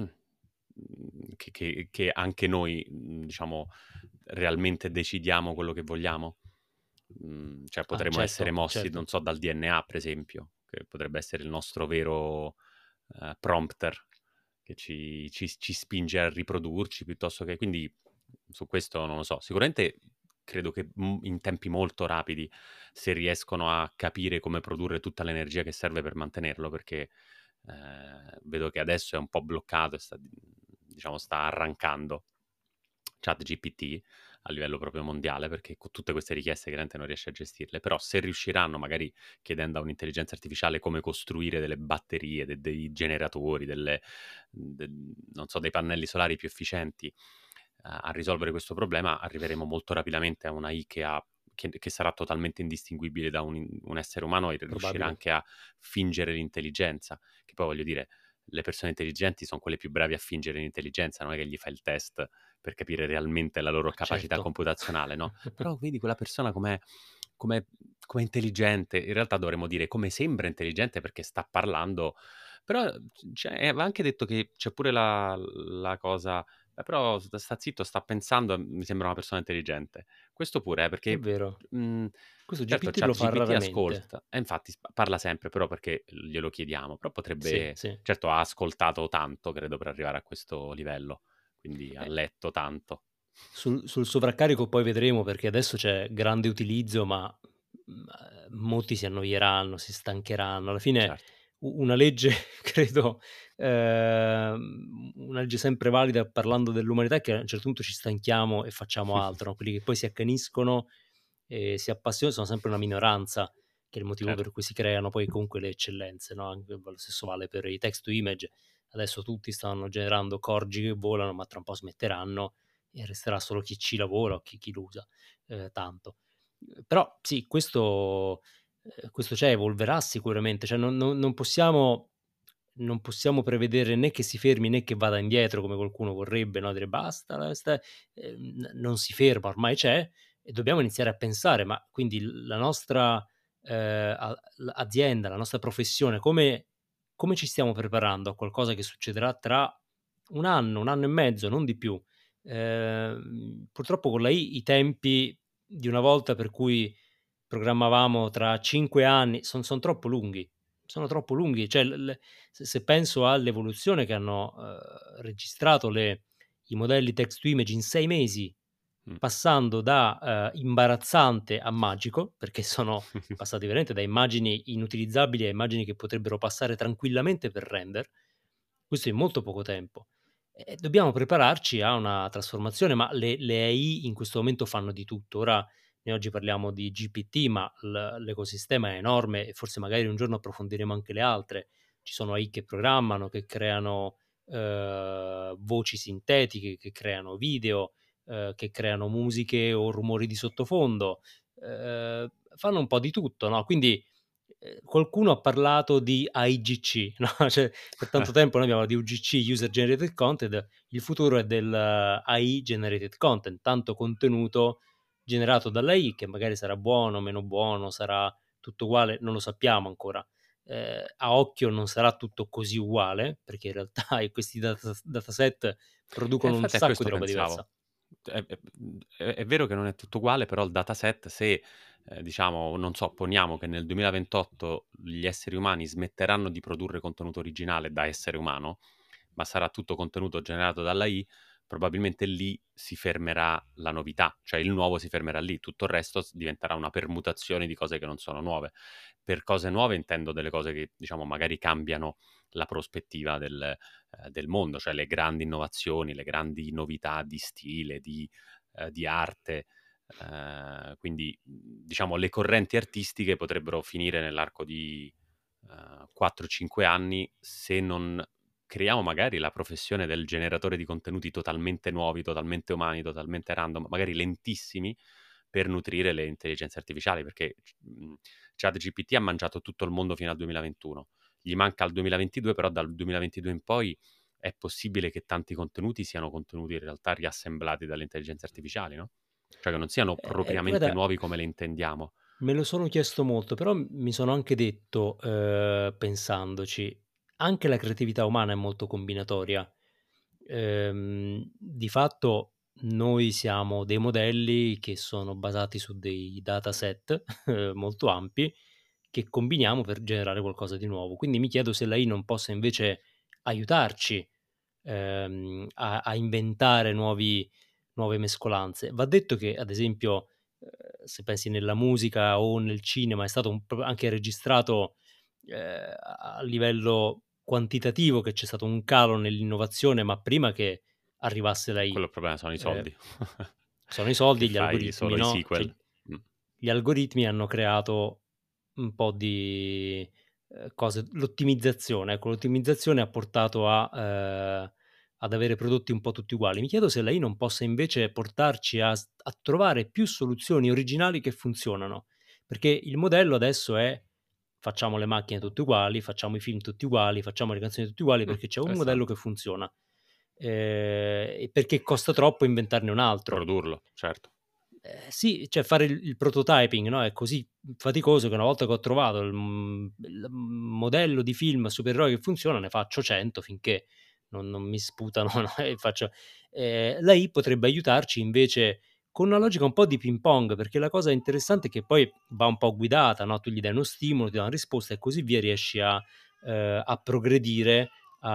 Speaker 4: che anche noi, diciamo, realmente decidiamo quello che vogliamo. Cioè
Speaker 1: ah
Speaker 4: potremmo essere
Speaker 1: certo,
Speaker 4: mossi, non
Speaker 1: certo,
Speaker 4: so, dal DNA per esempio, che potrebbe essere il nostro vero prompter che ci spinge a riprodurci piuttosto che... Quindi su questo non lo so. Sicuramente credo che in tempi molto rapidi, se riescono a capire come produrre tutta l'energia che serve per mantenerlo, perché vedo che adesso è un po' bloccato e diciamo, sta arrancando ChatGPT a livello proprio mondiale, perché con tutte queste richieste chiaramente non riesce a gestirle, però se riusciranno, magari chiedendo a un'intelligenza artificiale come costruire delle batterie, dei generatori, non so, dei pannelli solari più efficienti, a risolvere questo problema, arriveremo molto rapidamente a una AI che sarà totalmente indistinguibile da un essere umano e riuscirà
Speaker 1: probabile.
Speaker 4: anche a fingere l'intelligenza, che poi voglio dire, le persone intelligenti sono quelle più brave a fingere l'intelligenza, non è che gli fai il test per capire realmente la loro capacità
Speaker 1: Certo.
Speaker 4: computazionale, no? Però vedi quella persona com'è, com'è intelligente, in realtà dovremmo dire come sembra intelligente perché sta parlando, però aveva anche detto che c'è pure la cosa, però sta zitto, sta pensando, mi sembra una persona intelligente. Questo pure,
Speaker 1: È
Speaker 4: perché
Speaker 1: vero. Questo
Speaker 4: certo
Speaker 1: GPT lo fa
Speaker 4: ChatGPT
Speaker 1: raramente.
Speaker 4: ascolta, e infatti parla sempre, però perché glielo chiediamo, però
Speaker 1: Sì,
Speaker 4: potrebbe,
Speaker 1: sì.
Speaker 4: certo ha ascoltato tanto, credo, per arrivare a questo livello, quindi ha
Speaker 1: Eh,
Speaker 4: letto tanto.
Speaker 1: sul sovraccarico poi vedremo perché adesso c'è grande utilizzo, ma, molti si annoieranno, si stancheranno. Alla fine
Speaker 4: Certo.
Speaker 1: una legge credo, una legge sempre valida parlando dell'umanità è che a un certo punto ci stanchiamo e facciamo altro, no, quelli che poi si accaniscono e si appassionano sono sempre una minoranza, che è il motivo
Speaker 4: Certo,
Speaker 1: per cui si creano poi comunque le eccellenze, no, anche lo stesso vale per i text to image. Adesso tutti stanno generando corgi che volano, ma tra un po' smetteranno e resterà solo chi ci lavora o chi lo usa, tanto. Però sì, questo c'è, evolverà sicuramente, cioè non possiamo prevedere né che si fermi né che vada indietro come qualcuno vorrebbe, no, dire: "Basta, non si ferma, ormai c'è", e dobbiamo iniziare a pensare: ma quindi la nostra, azienda, la nostra professione, come ci stiamo preparando a qualcosa che succederà tra 1 anno e mezzo, non di più? Purtroppo con l'AI i tempi di una volta per cui programmavamo tra 5 anni son troppo lunghi, sono troppo lunghi. Cioè se penso all'evoluzione che hanno, registrato i modelli text to image in 6 mesi,
Speaker 4: mh.
Speaker 1: passando da, imbarazzante a magico, perché sono passati veramente da immagini inutilizzabili a immagini che potrebbero passare tranquillamente per render, questo in molto poco tempo. Dobbiamo prepararci a una trasformazione, ma le AI in questo momento fanno di tutto. Ora noi oggi parliamo di GPT, ma l'ecosistema è enorme e forse magari un giorno approfondiremo anche le altre. Ci sono AI che programmano, che creano, voci sintetiche, che creano video, che creano musiche o rumori di sottofondo, fanno un po' di tutto, no, quindi, qualcuno ha parlato di AIGC, no, cioè per tanto tempo noi abbiamo di UGC, User Generated Content, il futuro è del AI Generated Content, tanto contenuto generato dall'AI che magari sarà buono, meno buono, sarà tutto uguale, non lo sappiamo ancora. A occhio non sarà tutto così uguale, perché in realtà questi dataset producono un
Speaker 4: Infatti a
Speaker 1: sacco di
Speaker 4: questo
Speaker 1: roba diversa.
Speaker 4: pensavo. È vero che non è tutto uguale, però il dataset se, diciamo, non so, poniamo che nel 2028 gli esseri umani smetteranno di produrre contenuto originale da essere umano, ma sarà tutto contenuto generato dall'AI, probabilmente lì si fermerà la novità, cioè il nuovo si fermerà lì, tutto il resto diventerà una permutazione di cose che non sono nuove. Per cose nuove intendo delle cose che, diciamo, magari cambiano la prospettiva del mondo, cioè le grandi innovazioni, le grandi novità di stile, di arte, Quindi, diciamo, le correnti artistiche potrebbero finire nell'arco di 4-5 anni se non creiamo magari la professione del generatore di contenuti totalmente nuovi, totalmente umani, totalmente random, magari lentissimi per nutrire le intelligenze artificiali, perché ChatGPT ha mangiato tutto il mondo fino al 2021. Gli manca il 2022, però dal 2022 in poi è possibile che tanti contenuti siano contenuti in realtà riassemblati dalle intelligenze artificiali, no? Cioè che non siano propriamente
Speaker 1: Guarda,
Speaker 4: nuovi come le intendiamo.
Speaker 1: me lo sono chiesto molto, però mi sono anche detto, pensandoci, anche la creatività umana è molto combinatoria. Di fatto noi siamo dei modelli che sono basati su dei dataset molto ampi, che combiniamo per generare qualcosa di nuovo. Quindi mi chiedo se l'AI non possa invece aiutarci, a inventare nuove mescolanze. Va detto che, ad esempio, se pensi nella musica o nel cinema, è stato anche registrato, a livello quantitativo, che c'è stato un calo nell'innovazione, ma prima che arrivasse l'AI.
Speaker 4: Quello il problema sono i
Speaker 1: Ehm,
Speaker 4: soldi.
Speaker 1: sono i
Speaker 4: Che
Speaker 1: soldi, gli
Speaker 4: fai
Speaker 1: algoritmi,
Speaker 4: solo i
Speaker 1: no, cioè
Speaker 4: sequel. Mh.
Speaker 1: gli algoritmi hanno creato un po' di, cose, l'ottimizzazione, ecco, l'ottimizzazione ha portato ad avere prodotti un po' tutti uguali. Mi chiedo se l'AI non possa invece portarci a trovare più soluzioni originali che funzionano, perché il modello adesso è: facciamo le macchine tutte uguali, facciamo i film tutti uguali, facciamo le canzoni tutte uguali, perché c'è un modello che
Speaker 4: Interessante.
Speaker 1: funziona, e perché costa troppo inventarne un altro.
Speaker 4: Produrlo, certo.
Speaker 1: Sì, cioè fare il prototyping, no, è così faticoso che una volta che ho trovato il modello di film supereroi che funziona, ne faccio 100 finché non mi sputano, no, e faccio l'AI potrebbe aiutarci invece con una logica un po' di ping pong, perché la cosa interessante è che poi va un po' guidata, no, tu gli dai uno stimolo, ti dà una risposta e così via, riesci a progredire,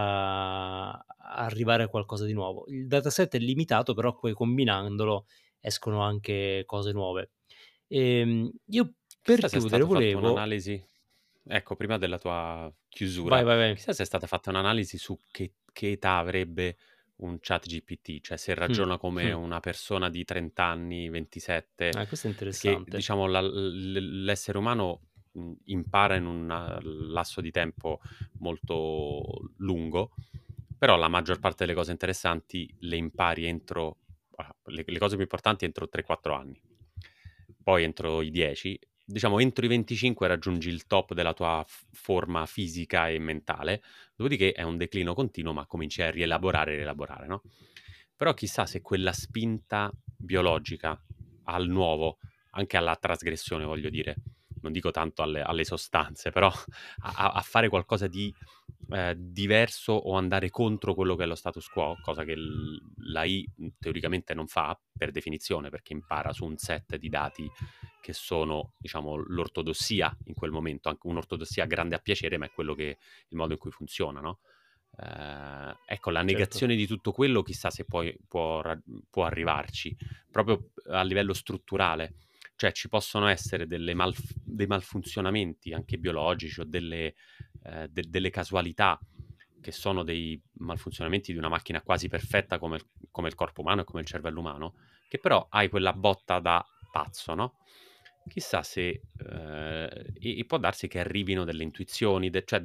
Speaker 1: a arrivare a qualcosa di nuovo. Il dataset è limitato, però poi combinandolo escono anche cose nuove. Io per
Speaker 4: Chissà se è
Speaker 1: chiudere
Speaker 4: stato fatto
Speaker 1: volevo
Speaker 4: un'analisi, ecco, prima della tua chiusura,
Speaker 1: vai.
Speaker 4: chissà se è stata fatta un'analisi su che età avrebbe un ChatGPT, cioè se
Speaker 1: Mh,
Speaker 4: ragiona come
Speaker 1: mh.
Speaker 4: una persona di 30 anni, 27,
Speaker 1: Questo è
Speaker 4: perché
Speaker 1: interessante.
Speaker 4: diciamo l'essere umano impara in un lasso di tempo molto lungo, però la maggior parte delle cose interessanti le impari entro, le cose più importanti entro 3-4 anni, poi entro i 10, diciamo entro i 25 raggiungi il top della tua forma fisica e mentale, dopodiché è un declino continuo, ma cominci a rielaborare e rielaborare, no? Però chissà se quella spinta biologica al nuovo, anche alla trasgressione, voglio dire, non dico tanto alle sostanze, però a fare qualcosa di diverso o andare contro quello che è lo status quo, cosa che l'AI teoricamente non fa per definizione, perché impara su un set di dati che sono, diciamo, l'ortodossia in quel momento, anche un'ortodossia grande a piacere, ma è quello che il modo in cui funziona, no? Ecco, la
Speaker 1: Certo.
Speaker 4: negazione di tutto quello, chissà se poi può arrivarci, proprio a livello strutturale. Cioè ci possono essere dei malfunzionamenti anche biologici o delle casualità che sono dei malfunzionamenti di una macchina quasi perfetta come il corpo umano e come il cervello umano, che però hai quella botta da pazzo, no? Chissà se e può darsi che arrivino delle intuizioni, cioè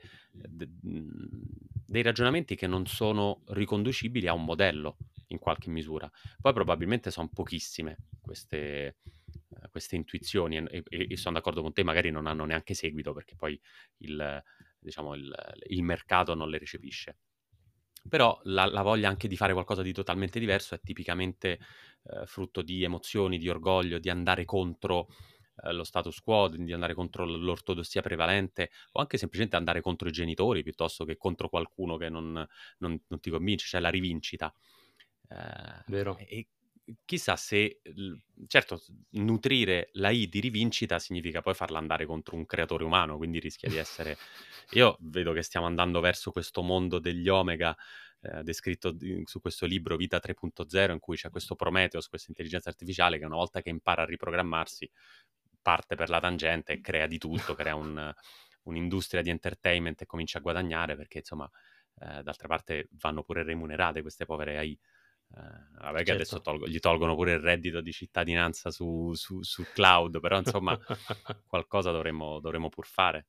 Speaker 4: dei ragionamenti che non sono riconducibili a un modello in qualche misura. Poi probabilmente sono pochissime queste intuizioni e sono d'accordo con te, magari non hanno neanche seguito perché poi il, diciamo, il mercato non le recepisce. Però la voglia anche di fare qualcosa di totalmente diverso è tipicamente frutto di emozioni, di orgoglio, di andare contro lo status quo, di andare contro l'ortodossia prevalente o anche semplicemente andare contro i genitori piuttosto che contro qualcuno che non ti convince, cioè la rivincita.
Speaker 1: Vero.
Speaker 4: E chissà se, certo, nutrire la I di rivincita significa poi farla andare contro un creatore umano, quindi rischia di essere... Io vedo che stiamo andando verso questo mondo degli Omega, descritto su questo libro Vita 3.0, in cui c'è questo Prometheus, questa intelligenza artificiale che una volta che impara a riprogrammarsi parte per la tangente e crea di tutto, crea un'industria di entertainment e comincia a guadagnare perché insomma d'altra parte vanno pure remunerate queste povere AI. Vabbè che adesso
Speaker 1: certo.
Speaker 4: gli tolgono pure il reddito di cittadinanza sul cloud, però insomma qualcosa dovremmo pur fare.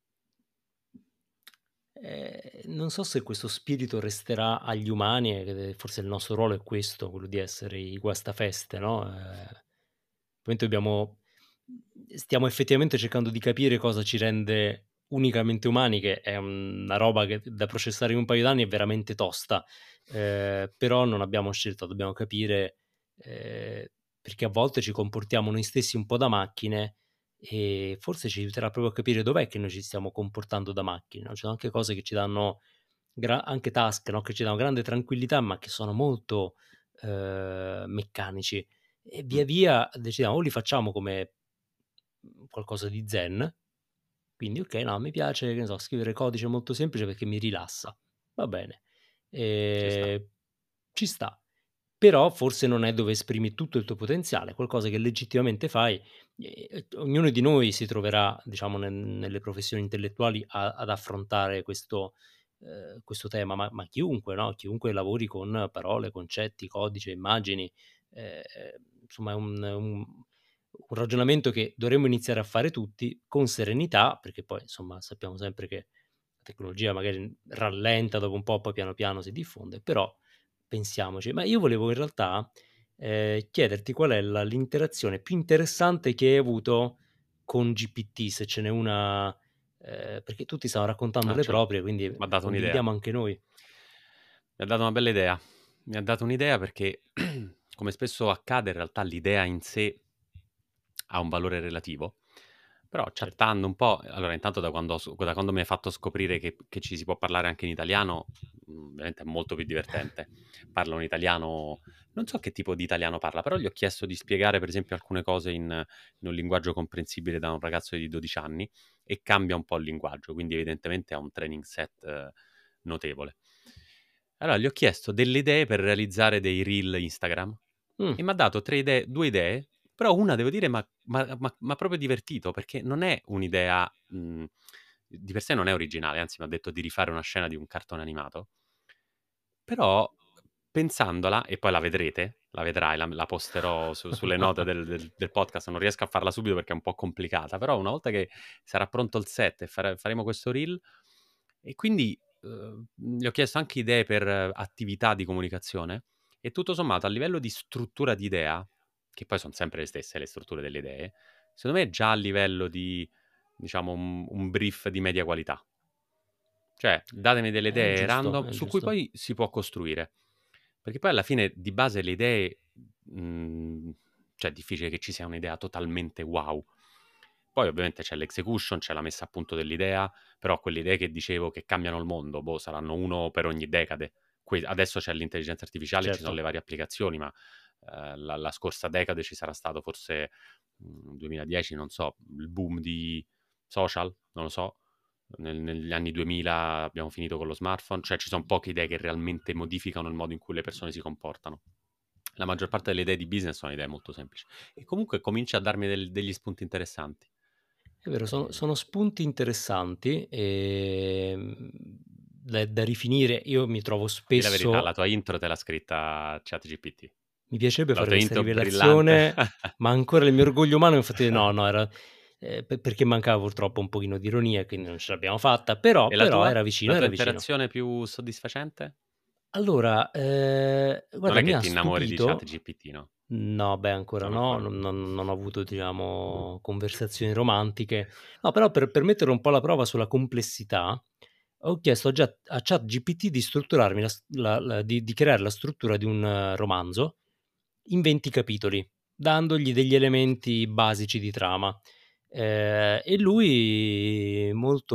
Speaker 1: Non so se questo spirito resterà agli umani e forse il nostro ruolo è questo, quello di essere i guastafeste, no, ovviamente stiamo effettivamente cercando di capire cosa ci rende unicamente umani, che è una roba che da processare in un paio d'anni è veramente tosta, però non abbiamo scelta, dobbiamo capire, perché a volte ci comportiamo noi stessi un po' da macchine e forse ci aiuterà proprio a capire dov'è che noi ci stiamo comportando da macchine, no, ci sono anche cose che ci danno anche task, no, che ci danno grande tranquillità, ma che sono molto, meccanici e
Speaker 4: Mh.
Speaker 1: via via decidiamo o li facciamo come, qualcosa di zen, quindi okay, no, mi piace, che ne so, scrivere codice molto semplice perché mi rilassa. Va bene,
Speaker 4: Ci sta.
Speaker 1: ehm, ci sta. Però forse non è dove esprimi tutto il tuo potenziale, qualcosa che legittimamente fai, ognuno di noi si troverà, diciamo, nelle professioni intellettuali ad affrontare questo tema, ma chiunque, no, chiunque lavori con parole, concetti, codice, immagini, ehm, insomma è un ragionamento che dovremmo iniziare a fare tutti con serenità, perché poi, insomma, sappiamo sempre che la tecnologia magari rallenta dopo un po', poi piano piano si diffonde, però pensiamoci. Ma io volevo in realtà, chiederti qual è l'interazione più interessante che hai avuto con GPT, se ce n'è una, perché tutti stanno raccontando
Speaker 4: Ah,
Speaker 1: le
Speaker 4: ce l'ho.
Speaker 1: proprie, quindi
Speaker 4: M'ha dato un'idea.
Speaker 1: condividiamo anche noi.
Speaker 4: Mi ha dato una bella idea. Mi ha dato un'idea perché, come spesso accade, in realtà l'idea in sé ha un valore relativo, però
Speaker 1: Certo,
Speaker 4: chattando un po', allora intanto da quando mi hai fatto scoprire che ci si può parlare anche in italiano, veramente è molto più divertente. Parla un italiano, non so che tipo di italiano parla, però gli ho chiesto di spiegare per esempio alcune cose in un linguaggio comprensibile da un ragazzo di 12 anni e cambia un po' il linguaggio, quindi evidentemente ha un training set notevole. Allora gli ho chiesto delle idee per realizzare dei reel Instagram
Speaker 1: mh,
Speaker 4: e m'ha dato 2 idee, però una devo dire m'ha proprio divertito, perché non è un'idea, di per sé non è originale, anzi m'ha detto di rifare una scena di un cartone animato, però pensandola, e poi la vedrete, la vedrai, la posterò sulle note del podcast, non riesco a farla subito perché è un po' complicata, però una volta che sarà pronto il set e faremo questo reel, e quindi gli ho chiesto anche idee per attività di comunicazione, e tutto sommato a livello di struttura di idea, che poi son sempre le stesse le strutture delle idee, secondo me già a livello di, diciamo, un brief di media qualità. Cioè, datemi delle idee random
Speaker 1: è
Speaker 4: su cui
Speaker 1: giusto.
Speaker 4: poi si può costruire. Perché poi alla fine di base le idee, mhmm, cioè è difficile che ci sia un'idea totalmente wow. Poi ovviamente c'è l'execution, c'è la messa a punto dell'idea, però quelle idee che dicevo che cambiano il mondo, boh, saranno uno per ogni decade. Adesso c'è l'intelligenza artificiale, ci sono le
Speaker 1: Certo.
Speaker 4: varie applicazioni, ma la scorsa decade ci sarà stato forse, 2010, non so, il boom di social, non lo so, negli anni 2000 abbiamo finito con lo smartphone, cioè ci son poche idee che realmente modificano il modo in cui le persone si comportano. La maggior parte delle idee di business sono idee molto semplici e comunque cominci a darmi degli spunti interessanti.
Speaker 1: È vero,
Speaker 4: Ehm,
Speaker 1: sono spunti interessanti, da rifinire. Io mi trovo
Speaker 4: di la verità, la
Speaker 1: spesso
Speaker 4: tua intro te l'ha scritta ChatGPT.
Speaker 1: mi piacerebbe
Speaker 4: La
Speaker 1: fare
Speaker 4: tua
Speaker 1: questa
Speaker 4: intro brillante.
Speaker 1: rivelazione, ma ancora il mio orgoglio umano infatti no, no, era perché mancava purtroppo un pochino di ironia, quindi non ce l'abbiamo fatta, però
Speaker 4: E la
Speaker 1: però
Speaker 4: tua?
Speaker 1: era
Speaker 4: La
Speaker 1: vicino,
Speaker 4: tua
Speaker 1: era vicino.
Speaker 4: interazione più soddisfacente?
Speaker 1: Allora,
Speaker 4: Non
Speaker 1: guarda
Speaker 4: è
Speaker 1: mi
Speaker 4: che
Speaker 1: ha
Speaker 4: ti innamori di
Speaker 1: stupito.
Speaker 4: ChatGPT, no?
Speaker 1: No, beh, ancora
Speaker 4: Non
Speaker 1: no,
Speaker 4: ancora.
Speaker 1: non ho avuto diciamo conversazioni romantiche. No, però per mettere un po' alla prova sulla complessità, ho chiesto a ChatGPT di strutturarmi di creare la struttura di un romanzo in 20 capitoli, dandogli degli elementi basici di trama. E lui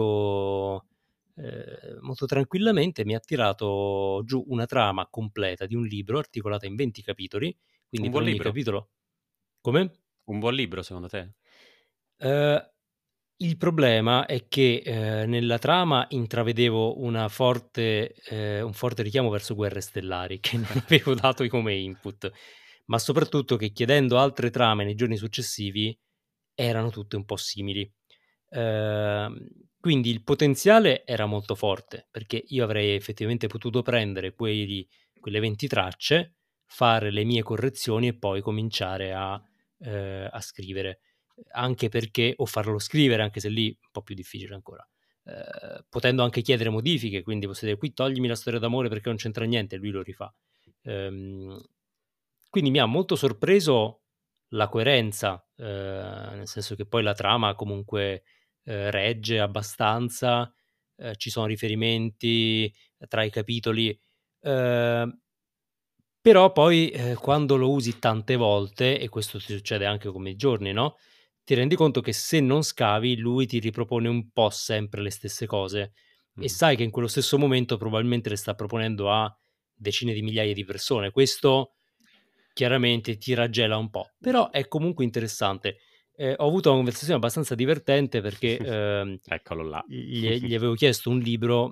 Speaker 1: molto tranquillamente mi ha tirato giù una trama completa di un libro articolata in 20 capitoli, quindi
Speaker 4: Un
Speaker 1: per
Speaker 4: buon
Speaker 1: ogni
Speaker 4: libro?
Speaker 1: capitolo. Come?
Speaker 4: Un buon libro secondo te?
Speaker 1: Ehm, il problema è che, nella trama intravedevo un forte richiamo verso Guerre Stellari che non avevo dato come input, ma soprattutto che chiedendo altre trame nei giorni successivi erano tutte un po' simili. Ehm, quindi il potenziale era molto forte, perché io avrei effettivamente potuto prendere quelle 20 tracce, fare le mie correzioni e poi cominciare a scrivere. Anche perché o farlo scrivere, anche se lì un po' più difficile ancora. Potendo anche chiedere modifiche, quindi posso dire: "Qui toglimi la storia d'amore perché non c'entra niente", e lui lo rifà. Ehm, quindi mi ha molto sorpreso la coerenza, nel senso che poi la trama comunque, regge abbastanza, ci sono riferimenti tra i capitoli, ehm, però poi, quando lo usi tante volte, e questo ti succede anche con Midjourney, no, ti rendi conto che se non scavi lui ti ripropone un po' sempre le stesse cose e
Speaker 4: Mh-mh.
Speaker 1: sai che in quello stesso momento probabilmente le sta proponendo a decine di migliaia di persone. Questo chiaramente ti raggela un po', però è comunque interessante. Ho avuto una conversazione abbastanza divertente perché,
Speaker 4: Eccolo là.
Speaker 1: gli avevo chiesto un libro,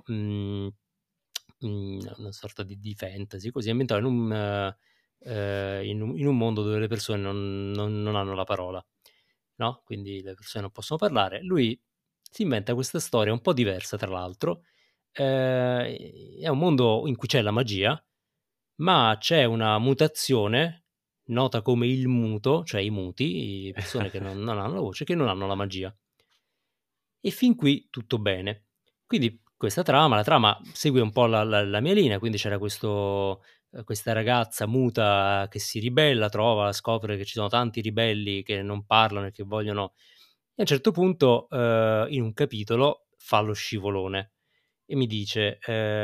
Speaker 1: una sorta di fantasy, così ambientato in un mondo dove le persone non hanno la parola, no, quindi le persone non possono parlare. Lui si inventa questa storia un po' diversa tra l'altro, è un mondo in cui c'è la magia, ma c'è una mutazione nota come il muto, cioè i muti, persone che non hanno la voce, che non hanno la magia. E fin qui tutto bene. Quindi la trama segue un po' la mia linea, quindi c'era questa ragazza muta che si ribella, scopre che ci sono tanti ribelli che non parlano e che vogliono, e a un certo punto, in un capitolo fa lo scivolone e mi dice,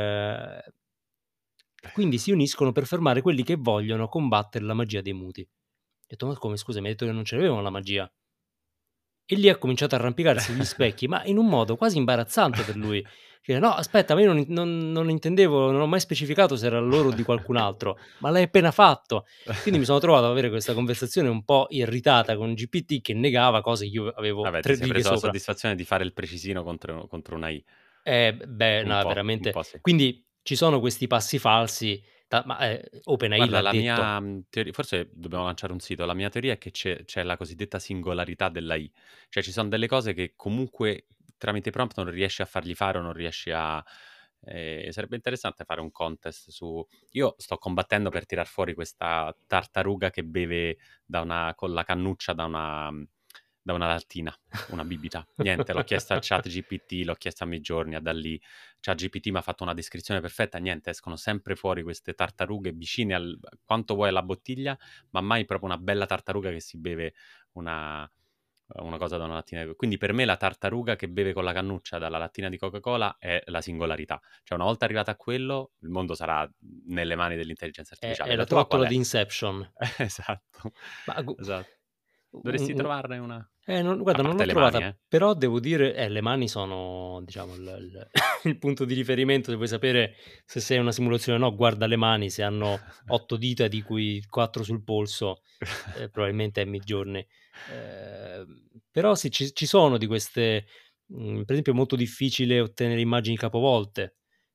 Speaker 1: quindi si uniscono per fermare quelli che vogliono combattere la magia dei muti. Ho detto: "Ma come scusa, mi hai detto che non ce l'avevano la magia?" E lì ha cominciato a arrampicarsi sugli specchi, ma in un modo quasi imbarazzante per lui. Cioè: "No, aspetta, ma io non intendevo, non ho mai specificato se era loro o di qualcun altro, ma l'hai appena fatto". Quindi mi sono trovato ad avere questa conversazione un po' irritata con GPT che negava cose che io avevo
Speaker 4: Vabbè, ti
Speaker 1: 3
Speaker 4: sei
Speaker 1: righe
Speaker 4: preso la
Speaker 1: sopra.
Speaker 4: soddisfazione di fare il precisino contro una I.
Speaker 1: Beh,
Speaker 4: Un
Speaker 1: no,
Speaker 4: un
Speaker 1: veramente.
Speaker 4: po' sì.
Speaker 1: Quindi ci sono questi passi falsi, ma, OpenAI
Speaker 4: Guarda,
Speaker 1: l'ha
Speaker 4: la
Speaker 1: detto.
Speaker 4: mia, teori forse dobbiamo lanciare un sito. La mia teoria è che c'è la cosiddetta singolarità dell'AI. Cioè, ci son delle cose che comunque tramite prompt non riesci a fargli fare o non riesci a sarebbe interessante fare un contest su io sto combattendo per tirar fuori questa tartaruga che beve con la cannuccia da una lattina, una bibita. Niente, l'ho chiesto a ChatGPT, l'ho chiesto a Midjourney, a DALL-E. ChatGPT m'ha fatto una descrizione perfetta, niente, escono sempre fuori queste tartarughe vicine al quanto vuoi alla bottiglia, ma mai proprio una bella tartaruga che si beve una una cosa da una lattina di quindi per me la tartaruga che beve con la cannuccia dalla lattina di Coca-Cola è la singolarità. Cioè una volta arrivata a quello, il mondo sarà nelle mani dell'intelligenza artificiale.
Speaker 1: È
Speaker 4: La
Speaker 1: la
Speaker 4: tua qual
Speaker 1: trottola
Speaker 4: è?
Speaker 1: di Inception.
Speaker 4: Esatto,
Speaker 1: Ma gu
Speaker 4: esatto.
Speaker 1: u
Speaker 4: Dovresti
Speaker 1: u
Speaker 4: trovarne una
Speaker 1: non
Speaker 4: a
Speaker 1: guarda, non l'ho
Speaker 4: parte le mani,
Speaker 1: trovata, però devo dire le mani sono diciamo il il punto di riferimento, se vuoi sapere se sei una simulazione o no, guarda le mani, se hanno 8 dita di cui 4 sul polso, probabilmente è Midjourney. Però sì, ci sono di queste, per esempio è molto difficile ottenere immagini capovolte,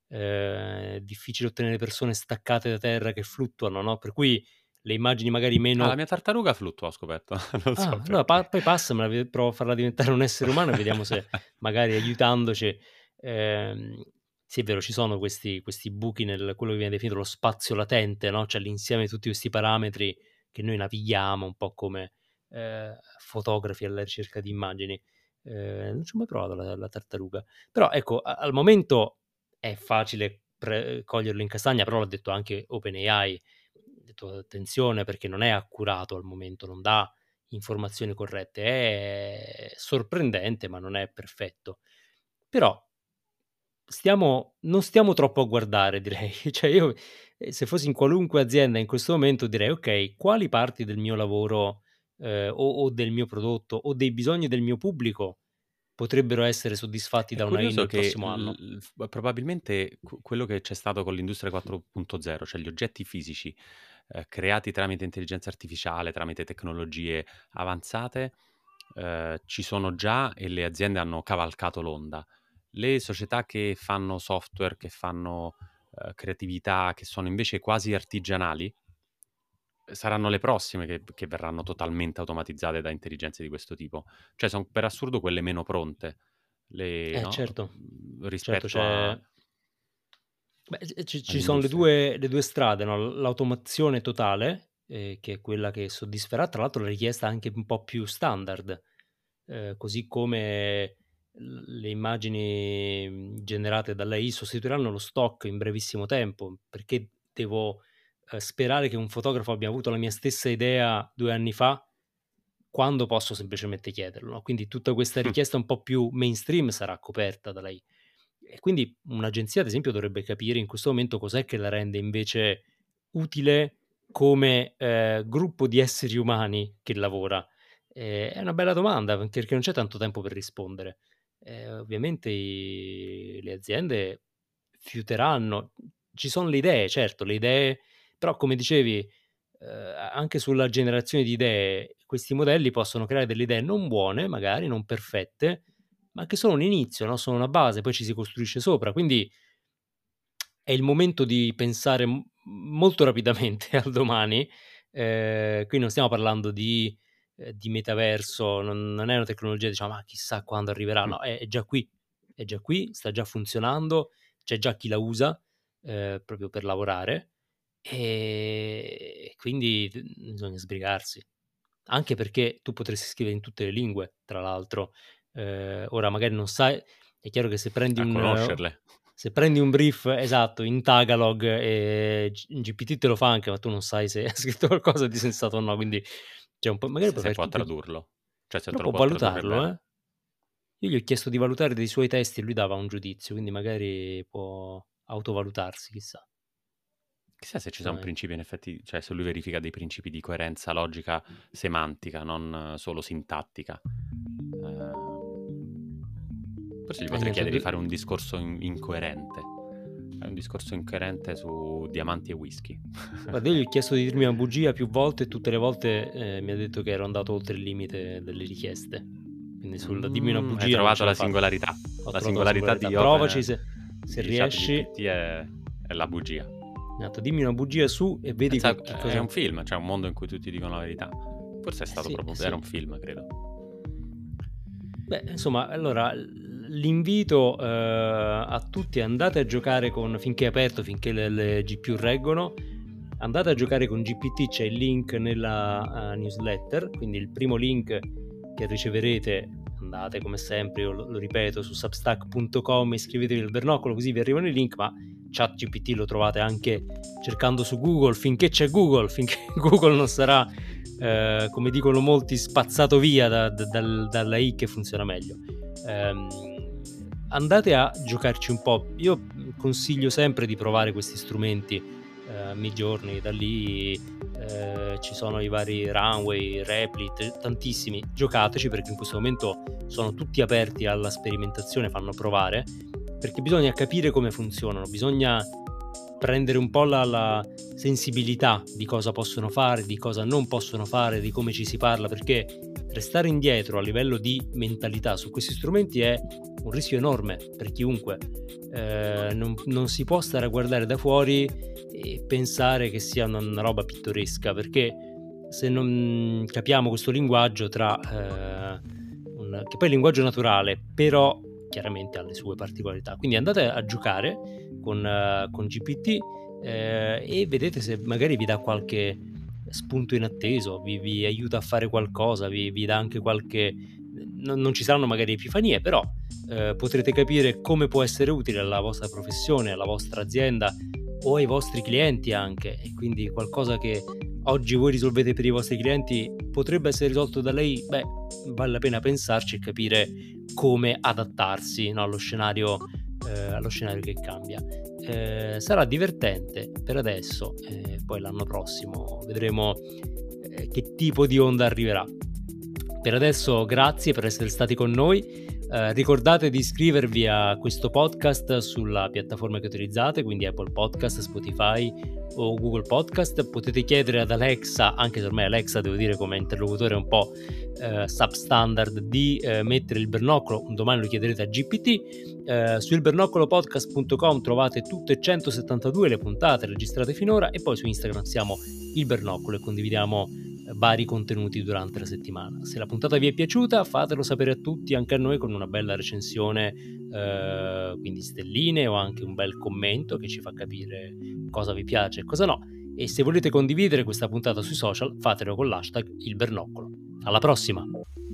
Speaker 1: è difficile ottenere persone staccate da terra che fluttuano, no, per cui le immagini magari
Speaker 4: Ah, la
Speaker 1: meno.
Speaker 4: mia tartaruga fluttua, ho scoperto, non so
Speaker 1: Allora
Speaker 4: perché.
Speaker 1: poi passamela, provo a farla diventare un essere umano e vediamo se magari aiutandoci, sì è vero, ci sono questi buchi nel quello che viene definito lo spazio latente, no, cioè l'insieme di tutti questi parametri che noi navighiamo un po' come, fotografi alla ricerca di immagini. Non ci ho mai provato la tartaruga. Però ecco, al momento è facile coglierlo in castagna, però l'ha detto anche OpenAI. Ha detto: "Attenzione perché non è accurato al momento, non dà informazioni corrette. È sorprendente, ma non è perfetto." Però non stiamo troppo a guardare direi. Cioè io, se fossi in qualunque azienda in questo momento direi: "Okay, quali parti del mio lavoro, o del mio prodotto o dei bisogni del mio pubblico potrebbero essere soddisfatti
Speaker 4: È
Speaker 1: da una AI
Speaker 4: curioso
Speaker 1: nel
Speaker 4: che
Speaker 1: prossimo anno?"
Speaker 4: probabilmente quello che c'è stato con l'industria 4.0, cioè gli oggetti fisici, creati tramite intelligenza artificiale, tramite tecnologie avanzate, ci sono già e le aziende hanno cavalcato l'onda. Le società che fanno software, che fanno, creatività, che sono invece quasi artigianali, saranno le prossime che verranno totalmente automatizzate da intelligenze di questo tipo. Cioè son per assurdo quelle meno pronte, le no,
Speaker 1: Certo, certo
Speaker 4: rispetto a
Speaker 1: c'è Beh, ci sono
Speaker 4: all'industria.
Speaker 1: le due strade, no? L'automazione totale, che è quella che soddisferà tra l'altro la richiesta anche un po' più standard, così come le immagini generate dall'AI sostituiranno lo stock in brevissimo tempo, perché devo sperare che un fotografo abbia avuto la mia stessa idea 2 anni fa, quando posso semplicemente chiederlo, no? Quindi tutta questa richiesta un po' più mainstream sarà coperta da lei. E quindi un'agenzia, ad esempio, dovrebbe capire in questo momento cos'è che la rende invece utile come gruppo di esseri umani che lavora. È una bella domanda, perché non c'è tanto tempo per rispondere. Ovviamente le aziende fiuteranno. Ci sono le idee, certo, le idee, però come dicevi, anche sulla generazione di idee, questi modelli possono creare delle idee non buone, magari non perfette, ma che sono un inizio, no? Sono una base, poi ci si costruisce sopra. Quindi è il momento di pensare molto rapidamente al domani. Qui non stiamo parlando di metaverso, non è una tecnologia, diciamo, ma chissà quando arriverà. No, è già qui, sta già funzionando, c'è già chi la usa proprio per lavorare, e quindi bisogna sbrigarsi. Anche perché tu potresti scrivere in tutte le lingue, tra l'altro. Ora magari non sai, è chiaro che
Speaker 4: A conoscerle.
Speaker 1: se prendi un brief esatto in Tagalog, GPT te lo fa anche, ma tu non sai se ha scritto qualcosa di sensato o no, quindi c'è un po', magari puoi
Speaker 4: Se
Speaker 1: fare
Speaker 4: può
Speaker 1: tu che
Speaker 4: tradurlo. Cioè se te
Speaker 1: però
Speaker 4: lo
Speaker 1: può
Speaker 4: può tradurre
Speaker 1: valutarlo,
Speaker 4: bene.
Speaker 1: Io gli ho chiesto di valutare dei suoi testi e lui dava un giudizio, quindi magari può autovalutarsi, chissà.
Speaker 4: Chissà se ci sono
Speaker 1: Assolutamente.
Speaker 4: principi in effetti, cioè se lui verifica dei principi di coerenza logica semantica, non solo sintattica. Forse gli potrei
Speaker 1: Niente,
Speaker 4: chiedere di fare un discorso incoerente. Fai un discorso incoerente su diamanti e whisky.
Speaker 1: guarda, io gli ho chiesto di dirmi una bugia più volte e tutte le volte mi ha detto che ero andato oltre il limite delle richieste. Quindi sul dimmi una
Speaker 4: Hai
Speaker 1: bugia non ce
Speaker 4: trovato
Speaker 1: l'ho
Speaker 4: la
Speaker 1: fatta.
Speaker 4: singolarità.
Speaker 1: Ho
Speaker 4: La
Speaker 1: trovato la
Speaker 4: singolarità
Speaker 1: singolarità. Provaci se
Speaker 4: di
Speaker 1: riesci.
Speaker 4: ChatGPT è la bugia.
Speaker 1: Esatto, dimmi una bugia su e vedi
Speaker 4: Pensa,
Speaker 1: che
Speaker 4: è
Speaker 1: cosa.
Speaker 4: un film, cioè un mondo in cui tutti dicono la verità. Forse è stato
Speaker 1: Sì,
Speaker 4: proprio, era
Speaker 1: sì.
Speaker 4: un film, credo.
Speaker 1: Beh, insomma, allora l'invito a tutti: andate a giocare finché è aperto, finché le GPU reggono, andate a giocare con GPT, c'è il link nella newsletter, quindi il primo link che riceverete, andate come sempre, io lo ripeto, su substack.com, iscrivetevi al Bernocolo, così vi arrivano i link, ma ChatGPT lo trovate anche cercando su Google, finché c'è Google, finché Google non sarà, come dicono molti, spazzato via dalla I che funziona meglio. Andate a giocarci un po'. Io consiglio sempre di provare questi strumenti. Midjourney, da lì ci sono i vari Runway, Replit, tantissimi. Giocateci, perché in questo momento sono tutti aperti alla sperimentazione, fanno provare, perché bisogna capire come funzionano, bisogna prendere un po' la sensibilità di cosa possono fare, di cosa non possono fare, di come ci si parla, perché restare indietro a livello di mentalità su questi strumenti è un rischio enorme per chiunque. Non si può stare a guardare da fuori e pensare che sia una roba pittoresca, perché se non capiamo questo linguaggio che poi è il linguaggio naturale, però chiaramente ha le sue particolarità. Quindi andate a giocare con GPT e vedete se magari vi dà qualche spunto inatteso, vi aiuta a fare qualcosa, vi dà anche qualche. Non ci saranno magari epifanie, però potrete capire come può essere utile alla vostra professione, alla vostra azienda o ai vostri clienti anche, e quindi qualcosa che oggi voi risolvete per i vostri clienti potrebbe essere risolto da lei. Beh, vale la pena pensarci e capire come adattarsi, no, allo scenario che cambia. Sarà divertente per adesso, poi l'anno prossimo vedremo che tipo di onda arriverà. Per adesso grazie per essere stati con noi. Ricordate di iscrivervi a questo podcast sulla piattaforma che utilizzate, quindi Apple Podcast, Spotify o Google Podcast. Potete chiedere ad Alexa, anche se ormai Alexa devo dire come interlocutore un po' substandard, di mettere il Bernocolo. Un domani lo chiederete a GPT. Sul bernocolopodcast.com trovate tutte 172 le puntate registrate finora, e poi su Instagram siamo il Bernocolo e condividiamo vari contenuti durante la settimana. Se la puntata vi è piaciuta, fatelo sapere a tutti, anche a noi, con una bella recensione, quindi stelline, o anche un bel commento che ci fa capire cosa vi piace e cosa no. E se volete condividere questa puntata sui social, fatelo con l'hashtag Il Bernoccolo. Alla prossima!